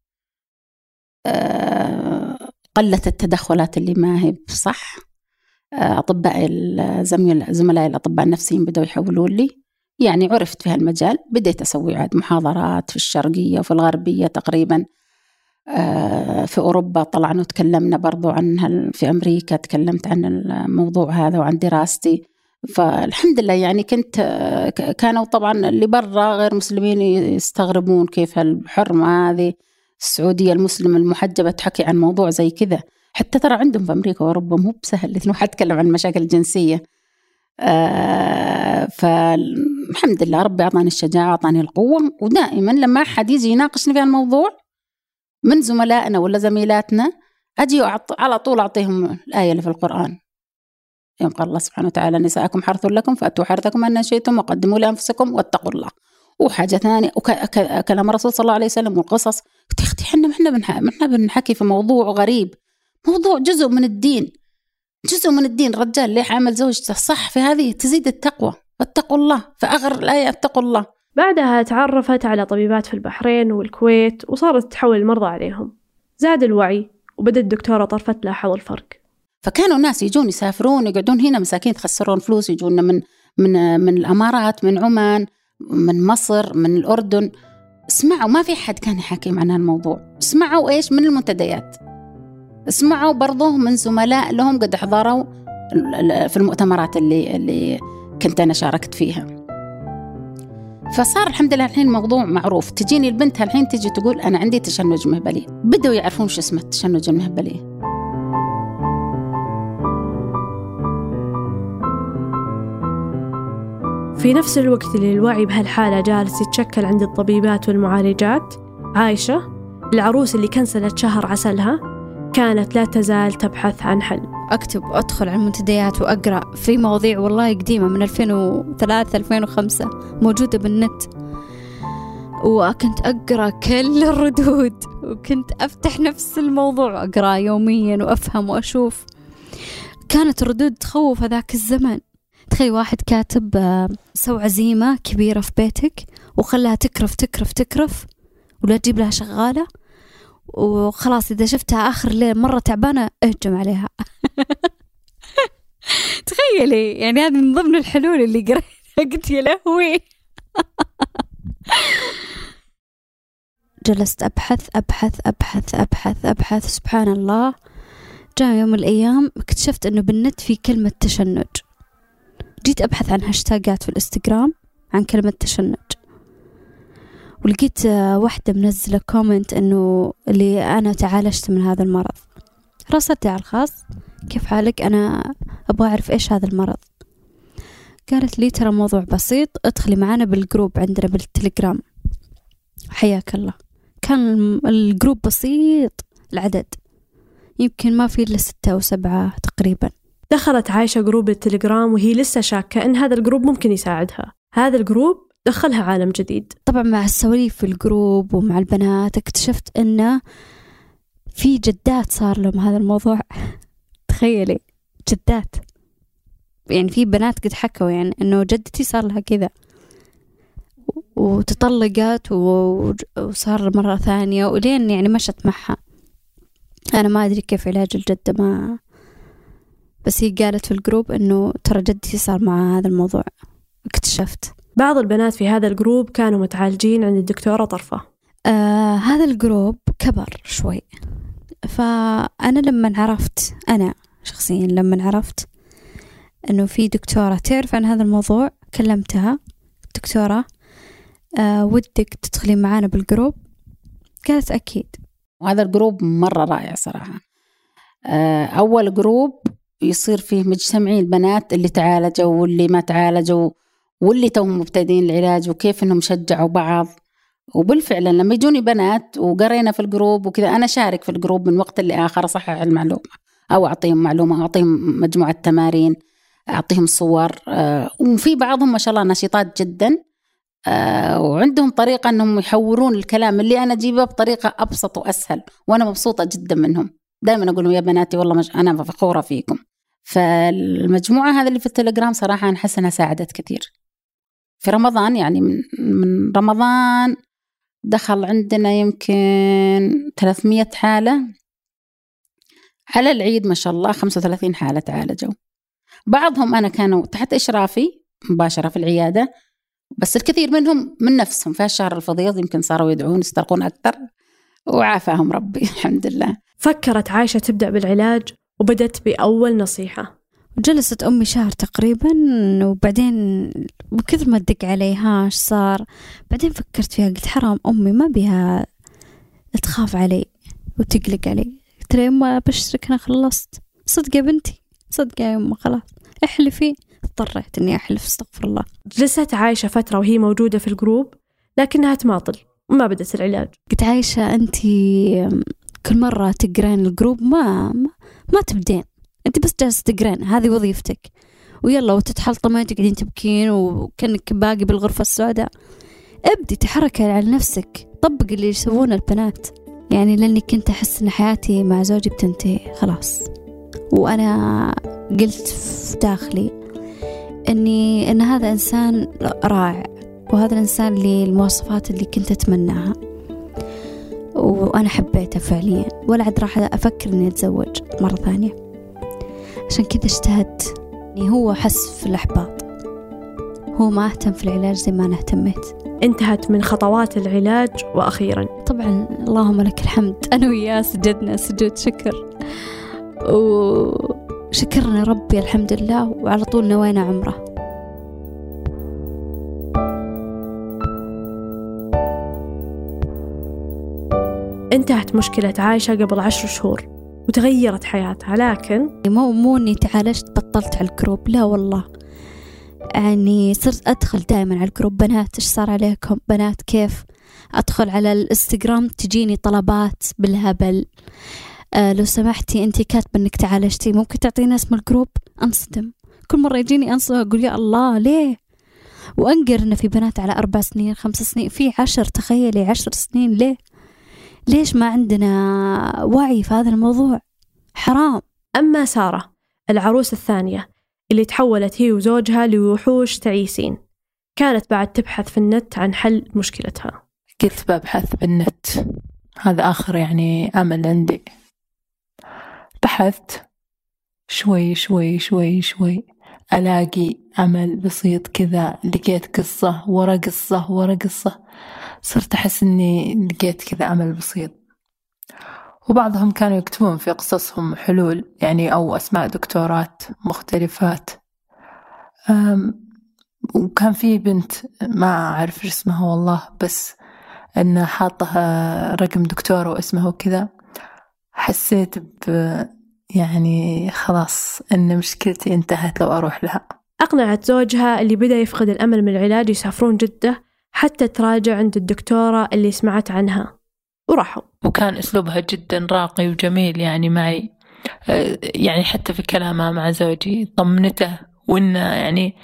قلت التدخلات اللي ما هي بصح. أطباء زملائي الأطباء النفسيين بدأوا يحولون لي، يعني عرفت في هالمجال. بديت أسوي عاد محاضرات في الشرقية وفي الغربية تقريبا. في أوروبا طلعنا وتكلمنا برضو عنها، في أمريكا تكلمت عن الموضوع هذا وعن دراستي. فالحمد لله يعني كانوا طبعا اللي برا غير مسلمين يستغربون كيف هالحرمة هذه السعودية المسلمة المحجبة تحكي عن موضوع زي كذا. حتى ترى عندهم في أمريكا وأوروبا مو بسهل إنه حد يتكلم عن المشاكل الجنسية. فالحمد لله ربي أعطاني الشجاعة، أعطاني القوة. ودائما لما أحد يجي يناقشني في الموضوع من زملائنا ولا زميلاتنا، أجي على طول أعطيهم الآية اللي في القرآن، يوم قال الله سبحانه وتعالى: نساءكم حرث لكم فأتوا حرثكم أن شئتم وقدموا لأنفسكم واتقوا الله. وحاجة ثانية وكلام الرسول صلى الله عليه وسلم والقصص. اختي احنا بنحكي في موضوع غريب، موضوع جزء من الدين، جزء من الدين. الرجال ليه عامل زوجته صح، في هذه تزيد التقوى، واتقوا الله، فأغر الآية اتقوا الله. بعدها تعرفت على طبيبات في البحرين والكويت، وصارت تحول المرضى عليهم. زاد الوعي، وبدأت الدكتورة طرفة تلاحظ الفرق. فكانوا ناس يجون يسافرون يقعدون هنا مساكين يخسرون فلوس، يجونا من الأمارات، من عمان، من مصر، من الأردن. اسمعوا، ما في حد كان يحكي معنا الموضوع. اسمعوا إيش من المنتديات، اسمعوا برضو من زملاء لهم قد حضروا في المؤتمرات اللي كنت أنا شاركت فيها. فصار الحمد لله الحين الموضوع معروف. تجيني البنت الحين تجي تقول أنا عندي تشنج مهبلي، بدوا يعرفون شو اسمه التشنج المهبلي. في نفس الوقت اللي الوعي بهالحالة جالس يتشكل عند الطبيبات والمعالجات، عايشة العروس اللي كنسلت شهر عسلها كانت لا تزال تبحث عن حل. أدخل على المنتديات وأقرأ في مواضيع والله قديمة من 2003-2005 موجودة بالنت، وكنت أقرأ كل الردود، وكنت أفتح نفس الموضوع أقرأ يوميا وأفهم وأشوف. كانت الردود تخوف هذاك الزمن. تخيل واحد كاتب سوى عزيمة كبيرة في بيتك وخلها تكرف ولا تجيب لها شغالة، وخلاص إذا شفتها آخر الليل مرة تعبانة اهجم عليها. تخيلي، يعني هذه من ضمن الحلول اللي قريتها. قلت يا لهوي. جلست أبحث. سبحان الله، جاء يوم من الأيام اكتشفت أنه بالنت في كلمة تشنج. جيت أبحث عن هاشتاجات في الإنستغرام عن كلمة تشنج، ولقيت واحدة منزلة كومنت إنه اللي أنا تعالجت من هذا المرض. راسلتها على الخاص، كيف حالك؟ أنا أبغى أعرف إيش هذا المرض. قالت لي ترى موضوع بسيط، ادخلي معنا بالجروب عندنا بالتليجرام. حياك الله. كان الجروب بسيط العدد، يمكن ما في إلا 6 أو 7 تقريبا. دخلت عايشة جروب التليجرام وهي لسه شاكة إن هذا الجروب ممكن يساعدها. هذا الجروب دخلها عالم جديد. طبعا مع السواليف في الجروب ومع البنات اكتشفت إنه في جدات صار لهم هذا الموضوع. تخيلي جدات، يعني في بنات قد حكوا يعني إنه جدتي صار لها كذا وتطلقت وصار مرة ثانية ولين يعني مشت معها. أنا ما أدري كيف علاج الجدة، ما بس هي قالت في الجروب إنه ترى جدتي صار مع هذا الموضوع. اكتشفت بعض البنات في هذا الجروب كانوا متعالجين عند الدكتورة طرفة. هذا الجروب كبر شوي، فأنا لما عرفت، أنا شخصيا لما عرفت إنه في دكتورة تعرف عن هذا الموضوع، كلمتها. دكتورة ودك تدخلي معانا بالجروب؟ قالت أكيد. وهذا الجروب مرة رائع صراحة. أول جروب يصير فيه مجتمعين البنات اللي تعالجوا واللي ما تعالجوا واللي توهم مبتدئين العلاج، وكيف إنهم شجعوا بعض. وبالفعل لما يجوني بنات وقرينا في الجروب وكذا، أنا شارك في الجروب من وقت لآخر، أصحح المعلومة أو أعطيهم معلومة، أعطيهم مجموعة تمارين، أعطيهم صور. وفي بعضهم ما شاء الله نشيطات جدا، وعندهم طريقة أنهم يحورون الكلام اللي أنا أجيبه بطريقة أبسط وأسهل، وأنا مبسوطة جدا منهم. دائما أقول يا بناتي والله أنا فخورة فيكم. فالمجموعة هذا اللي في التليجرام صراحة أنا حاسة أنها ساعدت كثير. في رمضان يعني من رمضان دخل عندنا يمكن 300 حالة، على العيد ما شاء الله 35 حالة تعالجوا. بعضهم أنا كانوا تحت إشرافي مباشرة في العيادة، بس الكثير منهم من نفسهم في الشهر الفضيض يمكن صاروا يدعون يسترقون أكثر، وعافاهم ربي الحمد لله. فكرت عايشة تبدأ بالعلاج وبدت بأول نصيحة. جلست أمي شهر تقريبا، وبعدين بكثر ما تدق عليها إيش صار. بعدين فكرت فيها، قلت حرام أمي ما بيها تخاف علي وتقلق علي. قلت لها يما بشرك أنا خلصت. صدق يا بنتي، صدق يا يما، خلاص احلفي. اضطريت إني أحلف، استغفر الله. جلست عايشة فترة وهي موجودة في الجروب لكنها تماطل وما بدت العلاج. قلت عايشة أنتي كل مرة تقرين الجروب ما تبدين، أنت بس جالسة تقرين، هذه وظيفتك، ويلا وتتحلطمين تقعدين تبكين وكأنك باقي بالغرفة السوداء. ابدي تحركي على نفسك، طبق اللي يسوونه البنات. يعني لأني كنت أحس إن حياتي مع زوجي بتنتهي خلاص، وأنا قلت في داخلي إن هذا إنسان رائع، وهذا الإنسان اللي المواصفات اللي كنت أتمناها، وأنا حبيته فعليا، ولا عاد راح أفكر إني أتزوج مرة ثانية. عشان كذا اجتهدت. هو حس في الإحباط، هو ما اهتم في العلاج زي ما أنا اهتميت. انتهت من خطوات العلاج وأخيرا طبعا اللهم لك الحمد، أنا وياه سجدنا سجود شكر وشكرنا ربي الحمد لله، وعلى طول نوينا عمره. انتهت مشكلة عايشة قبل 10 شهور وتغيرت حياتها، لكن مو إني تعالجت بطلت على الجروب، لا والله. يعني صرت أدخل دائما على الجروب، بنات إيش صار عليكم، بنات كيف. أدخل على الإنستغرام تجيني طلبات بالهبل، لو سمحتي أنتي كاتبة إنك تعالجتي، ممكن تعطينا اسم الجروب. أنصدم كل مرة يجيني، أنصدم أقول يا الله ليه. وأنقر إن في بنات على 4 سنين 5 سنين، في 10، تخيلي 10 سنين. ليش ما عندنا وعي في هذا الموضوع؟ حرام. أما سارة العروس الثانية اللي تحولت هي وزوجها لوحوش تعيسين، كانت بعد تبحث في النت عن حل مشكلتها. كنت ببحث بالنت، هذا آخر يعني أمل عندي. بحثت شوي شوي شوي شوي ألاقي أمل بسيط كذا، لقيت قصة ورا قصة ورا قصة، صرت أحس أني لقيت كذا أمل بسيط. وبعضهم كانوا يكتبون في قصصهم حلول يعني، أو أسماء دكتورات مختلفات. وكان في بنت ما أعرف اسمها والله، بس أنه حاطه رقم دكتورة واسمه وكذا، حسيت يعني خلاص أن مشكلتي انتهت لو أروح لها. أقنعت زوجها اللي بدأ يفقد الأمل من العلاج يسافرون جدة حتى تراجع عند الدكتورة اللي سمعت عنها، وراحوا. وكان أسلوبها جدا راقي وجميل يعني معي، يعني حتى في كلامها مع زوجي طمنته، وإنه يعني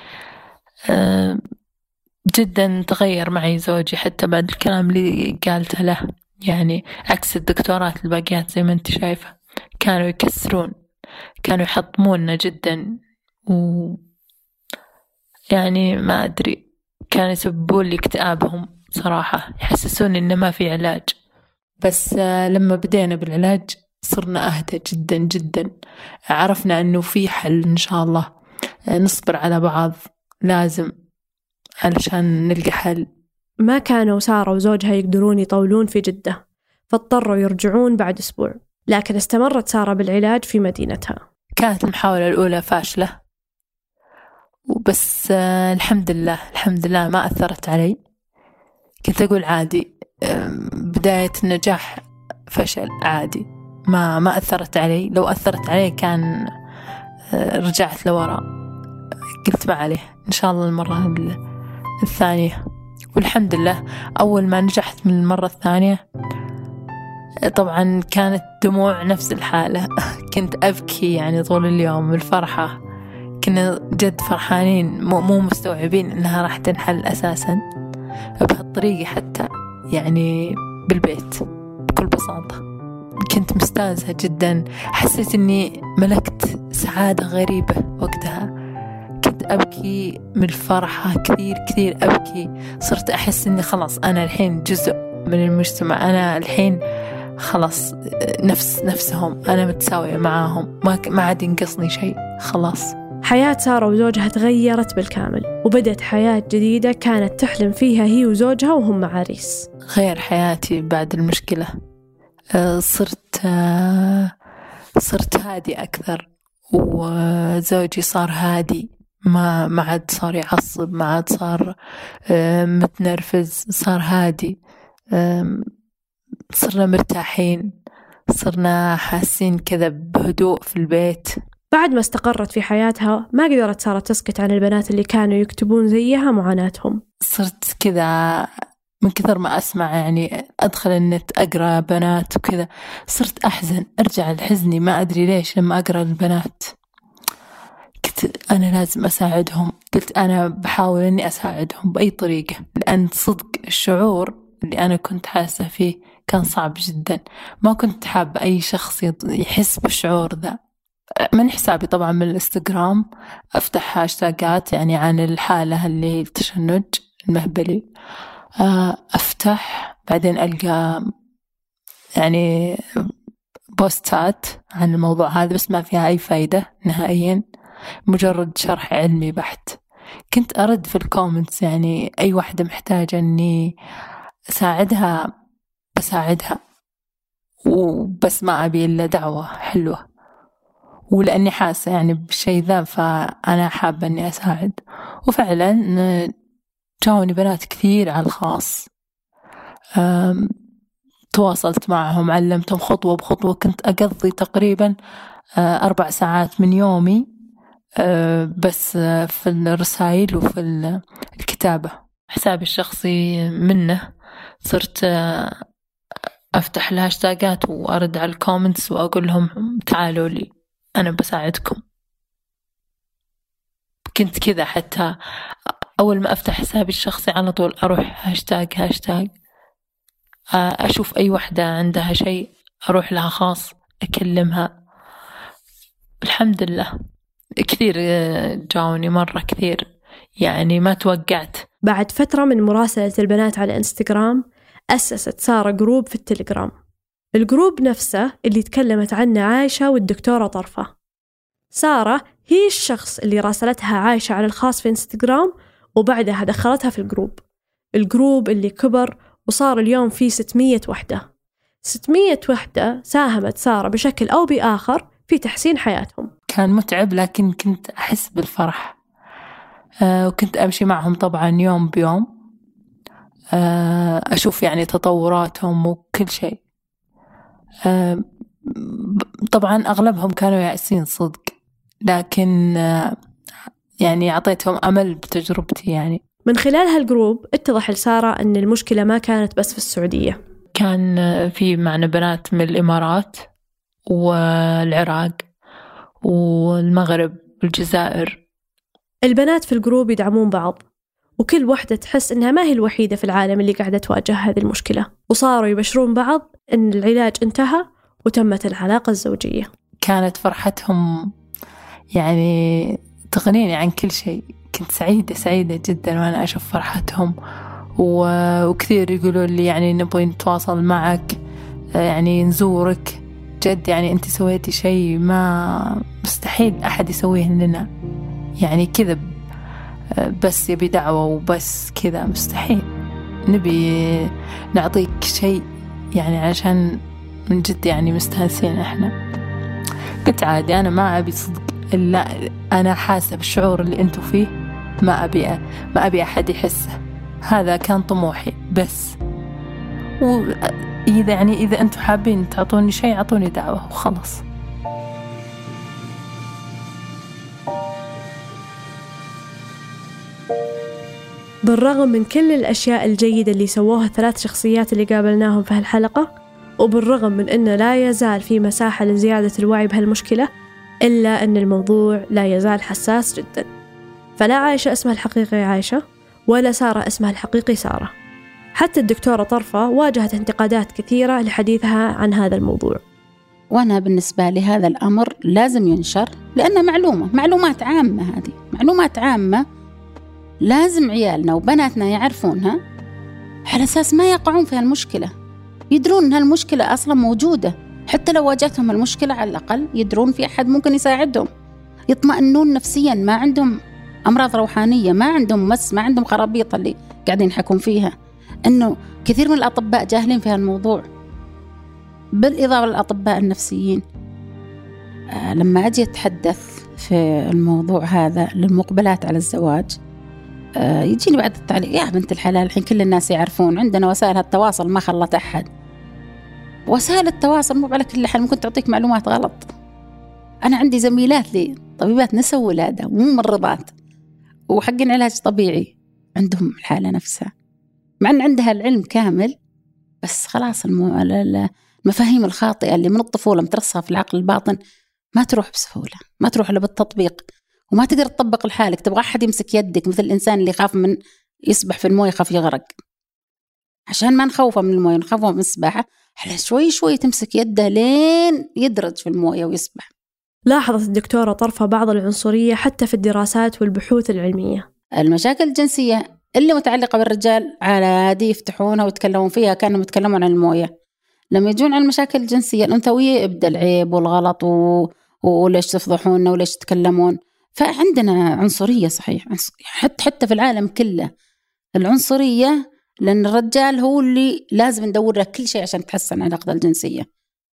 جدا تغير معي زوجي حتى بعد الكلام اللي قالته له، يعني عكس الدكتورات الباقيات زي ما انت شايفة كانوا يكسرون، كانوا يحطموننا جدا، يعني ما أدري، كانوا يسببون لي اكتئابهم صراحة، يحسسوني إنه ما في علاج. بس لما بدينا بالعلاج صرنا أهدى جدا جدا، عرفنا إنه في حل إن شاء الله، نصبر على بعض لازم علشان نلقى حل. ما كانوا سارة وزوجها يقدرون يطولون في جدة، فاضطروا يرجعون بعد أسبوع، لكن استمرت سارة بالعلاج في مدينتها. كانت المحاولة الأولى فاشلة، وبس الحمد لله ما أثرت علي. كنت أقول عادي، بداية النجاح فشل عادي، ما أثرت علي. لو أثرت علي كان رجعت لوراء، قلت ما عليه إن شاء الله المرة الثانية. والحمد لله أول ما نجحت من المرة الثانية طبعا كانت دموع نفس الحالة كنت أبكي يعني طول اليوم من الفرحة، كنا جد فرحانين، مو مستوعبين إنها راح تنحل أساسا بهالطريقة، حتى يعني بالبيت بكل بساطة. كنت مستانسة جدا، حسيت إني ملكت سعادة غريبة وقتها، كنت أبكي من الفرحة كثير أبكي. صرت أحس إني خلاص أنا الحين جزء من المجتمع، أنا الحين خلاص نفسهم، أنا متساوية معاهم، ما عاد ينقصني شيء خلاص. حياة سارة وزوجها تغيرت بالكامل، وبدأت حياة جديدة كانت تحلم فيها هي وزوجها وهم عريس. غير حياتي بعد المشكلة، صرت هادي أكثر، وزوجي صار هادي، ما عاد صار يعصب، ما عاد صار متنرفز، صار هادي. صرنا مرتاحين، صرنا حاسين كذا بهدوء في البيت. بعد ما استقرت في حياتها ما قدرت سارة تسكت عن البنات اللي كانوا يكتبون زيها معاناتهم. صرت كذا من كثر ما أسمع، يعني أدخل النت أقرأ بنات وكذا، صرت أحزن، أرجع لحزني ما أدري ليش لما أقرأ البنات. قلت أنا لازم أساعدهم، قلت أنا بحاول أني أساعدهم بأي طريقة، لأن صدق الشعور اللي أنا كنت حاسة فيه كان صعب جدا، ما كنت حابة أي شخص يحس بالشعور ذا. من حسابي طبعا من الانستغرام أفتح هاشتاجات يعني عن الحالة اللي التشنج المهبلي، أفتح بعدين ألقى يعني بوستات عن الموضوع هذا، بس ما فيها أي فايدة نهائيا، مجرد شرح علمي بحت. كنت أرد في الكومنتس، يعني أي واحدة محتاجة أني أساعدها بساعدها، وبس ما أبي إلا دعوة حلوة، ولأني حاسة يعني بالشيء ذا فأنا حابة أني أساعد. وفعلا جاوني بنات كثير على الخاص، تواصلت معهم، علمتهم خطوة بخطوة. كنت أقضي تقريبا 4 ساعات من يومي بس في الرسائل وفي الكتابة. حسابي الشخصي منه صرت أفتح الهاشتاجات وأرد على الكومنتس وأقول لهم تعالوا لي أنا بساعدكم. كنت كذا، حتى أول ما أفتح حسابي الشخصي على طول أروح هاشتاج، أشوف أي واحدة عندها شيء أروح لها خاص أكلمها. الحمد لله كثير جاوني، مرة كثير، يعني ما توقعت. بعد فترة من مراسلة البنات على إنستغرام أسست سارة جروب في التليجرام، الجروب نفسه اللي تكلمت عنه عايشة والدكتورة طرفة. سارة هي الشخص اللي راسلتها عايشة على الخاص في إنستغرام، وبعدها دخلتها في الجروب اللي كبر وصار اليوم فيه 600 وحدة. 600 وحدة ساهمت سارة بشكل أو بآخر في تحسين حياتهم. كان متعب لكن كنت أحس بالفرح، وكنت أمشي معهم طبعا يوم بيوم. أشوف يعني تطوراتهم وكل شيء. طبعا أغلبهم كانوا يائسين صدق، لكن يعني أعطيتهم أمل بتجربتي. يعني من خلال هالجروب اتضح لسارة أن المشكلة ما كانت بس في السعودية، كان في معنا بنات من الإمارات والعراق والمغرب والجزائر. البنات في الجروب يدعمون بعض، وكل واحدة تحس إنها ما هي الوحيدة في العالم اللي قاعدة تواجه هذه المشكلة، وصاروا يبشرون بعض إن العلاج انتهى وتمت العلاقة الزوجية. كانت فرحتهم يعني تغنيني عن كل شيء. كنت سعيدة جدا وأنا أشوف فرحتهم، وكثير يقولوا لي يعني نبغي نتواصل معك، يعني نزورك. جد يعني أنت سويتي شيء ما مستحيل أحد يسويه لنا، يعني كذا بس يبي دعوة وبس كذا مستحيل. نبي نعطيك شيء يعني عشان من جد يعني مستانسين إحنا. قلت عادي، أنا ما أبي صدق إلا أنا حاسة بالشعور اللي أنتوا فيه، ما أبي أحد يحسه. هذا كان طموحي بس. وإذا يعني إذا أنتوا حابين تعطوني شيء أعطوني دعوة وخلص. بالرغم من كل الأشياء الجيدة اللي سووها الثلاث شخصيات اللي قابلناهم في هالحلقة، وبالرغم من أنه لا يزال في مساحة لزيادة الوعي بهالمشكلة، إلا أن الموضوع لا يزال حساس جدا. فلا عايشة اسمها الحقيقي عايشة، ولا سارة اسمها الحقيقي سارة. حتى الدكتورة طرفة واجهت انتقادات كثيرة لحديثها عن هذا الموضوع. وأنا بالنسبة لي هذا الأمر لازم ينشر، لأنه معلومات عامة. هذه معلومات عامة لازم عيالنا وبناتنا يعرفونها، على أساس ما يقعون في هالمشكلة، يدرون أن هالمشكلة أصلا موجودة. حتى لو واجهتهم المشكلة على الأقل يدرون في أحد ممكن يساعدهم، يطمئنون نفسيا، ما عندهم أمراض روحانية، ما عندهم ما عندهم خرابيط اللي قاعدين يحكون فيها. أنه كثير من الأطباء جاهلين في هالموضوع، بالإضافة للأطباء النفسيين. لما أجي أتحدث في الموضوع هذا للمقبلات على الزواج، يجيني بعد التعليق: يا بنت الحلال، الحين كل الناس يعرفون، عندنا وسائل التواصل ما خلت أحد. وسائل التواصل مو على كل حال ممكن تعطيك معلومات غلط. أنا عندي زميلات لي طبيبات نساء ولادة وممرضات وحقين علاج طبيعي، عندهم الحالة نفسها، مع أن عندها العلم كامل، بس خلاص المفاهيم الخاطئة اللي من الطفولة مترسخة في العقل الباطن ما تروح بسهولة، ما تروح إلا بالتطبيق، وما تقدر تطبق لحالك. تبغى أحد يمسك يدك، مثل الإنسان اللي يخاف من يسبح في المويه يخاف يغرق. عشان ما نخوفه من المويه نخوفه من السباحة، على شوي شوي تمسك يده لين يدرج في المويه ويسبح. لاحظت الدكتورة طرفة بعض العنصرية حتى في الدراسات والبحوث العلمية. المشاكل الجنسية اللي متعلقة بالرجال عادي يفتحونها ويتكلمون فيها كانوا يتكلمون عن المويه. لما يجون عن المشاكل الجنسية الأنثوية يبدأ العيب والغلط وليش تفضحوننا وليش تتكلمون. فعندنا عنصرية صحيح، حتى في العالم كله العنصرية، لأن الرجال هو اللي لازم ندور له كل شيء عشان تحسن علاقته الجنسية.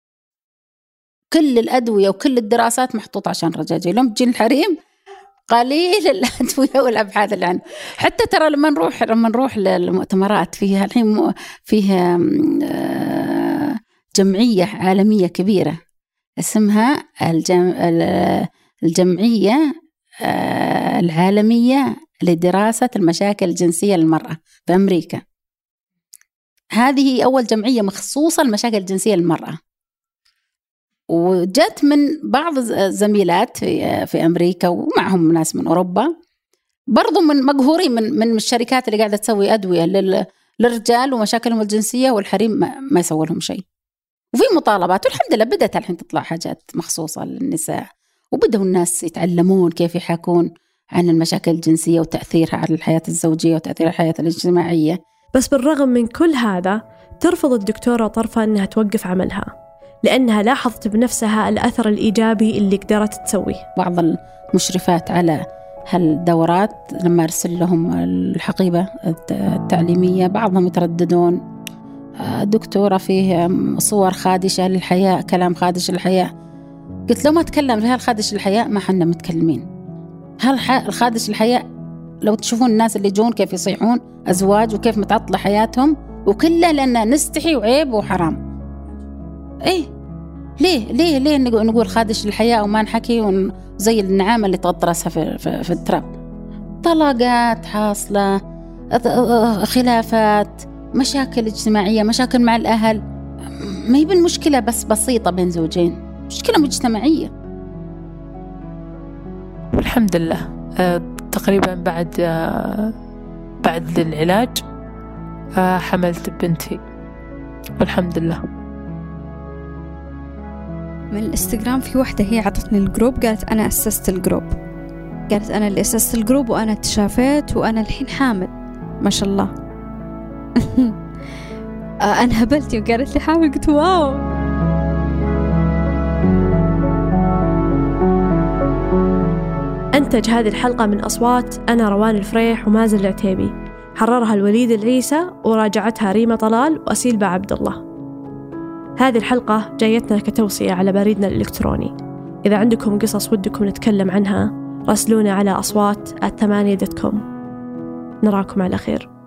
كل الأدوية وكل الدراسات محطوطة عشان الرجال. لما تجي الحريم قليل الأدوية والأبحاث اللي عنه. حتى ترى لما نروح للمؤتمرات فيها الحين فيها جمعية عالمية كبيرة اسمها الجمعية العالمية لدراسة المشاكل الجنسية للمرأة في أمريكا. هذه هي أول جمعية مخصوصة للمشاكل الجنسية للمرأة، وجت من بعض الزميلات في أمريكا ومعهم ناس من أوروبا برضو من مقهورين من الشركات اللي قاعدة تسوي أدوية للرجال ومشاكلهم الجنسية، والحريم ما يسوي لهم شيء. وفي مطالبات، والحمد لله بدأت الحين تطلع حاجات مخصوصة للنساء، وبدأوا الناس يتعلمون كيف يحكون عن المشاكل الجنسية وتأثيرها على الحياة الزوجية وتأثير الحياة الاجتماعية. بس بالرغم من كل هذا ترفض الدكتورة طرفة أنها توقف عملها، لأنها لاحظت بنفسها الأثر الإيجابي اللي قدرت تسويه. بعض المشرفات على هالدورات لما أرسل لهم الحقيبة التعليمية بعضهم يترددون: دكتورة فيه صور خادشة للحياة، كلام خادش للحياة. قلت لو ما تكلم في هالخادش للحياة ما حنا متكلمين. الخادش للحياة لو تشوفون الناس اللي يجون كيف يصيحون أزواج وكيف متعطلة حياتهم، وكلها لأن نستحي وعيب وحرام. إيه ليه نقول خادش الحياة وما نحكي زي النعامة اللي تغطي راسها في التراب. طلاقات حاصلة، خلافات، مشاكل اجتماعية، مشاكل مع الأهل، ما هي بالمشكلة بس بسيطة بين زوجين، مشكلة مجتمعية. والحمد لله تقريبا بعد العلاج حملت بنتي والحمد لله. من الانستغرام في واحدة هي عطتني الجروب، قالت أنا أسست الجروب، قالت أنا اللي أسست الجروب وأنا تشافيت وأنا الحين حامل ما شاء الله. أنا هبلتي وقالت لي حامل، قلت واو. أنتج هذه الحلقة من أصوات أنا روان الفريح ومازن العتيبي، حررها الوليد العيسى وراجعتها ريما طلال وأسيل عبد الله. هذه الحلقة جايتنا كتوصية على بريدنا الإلكتروني. إذا عندكم قصص ودكم نتكلم عنها راسلونا على أصوات@8.com. نراكم على خير.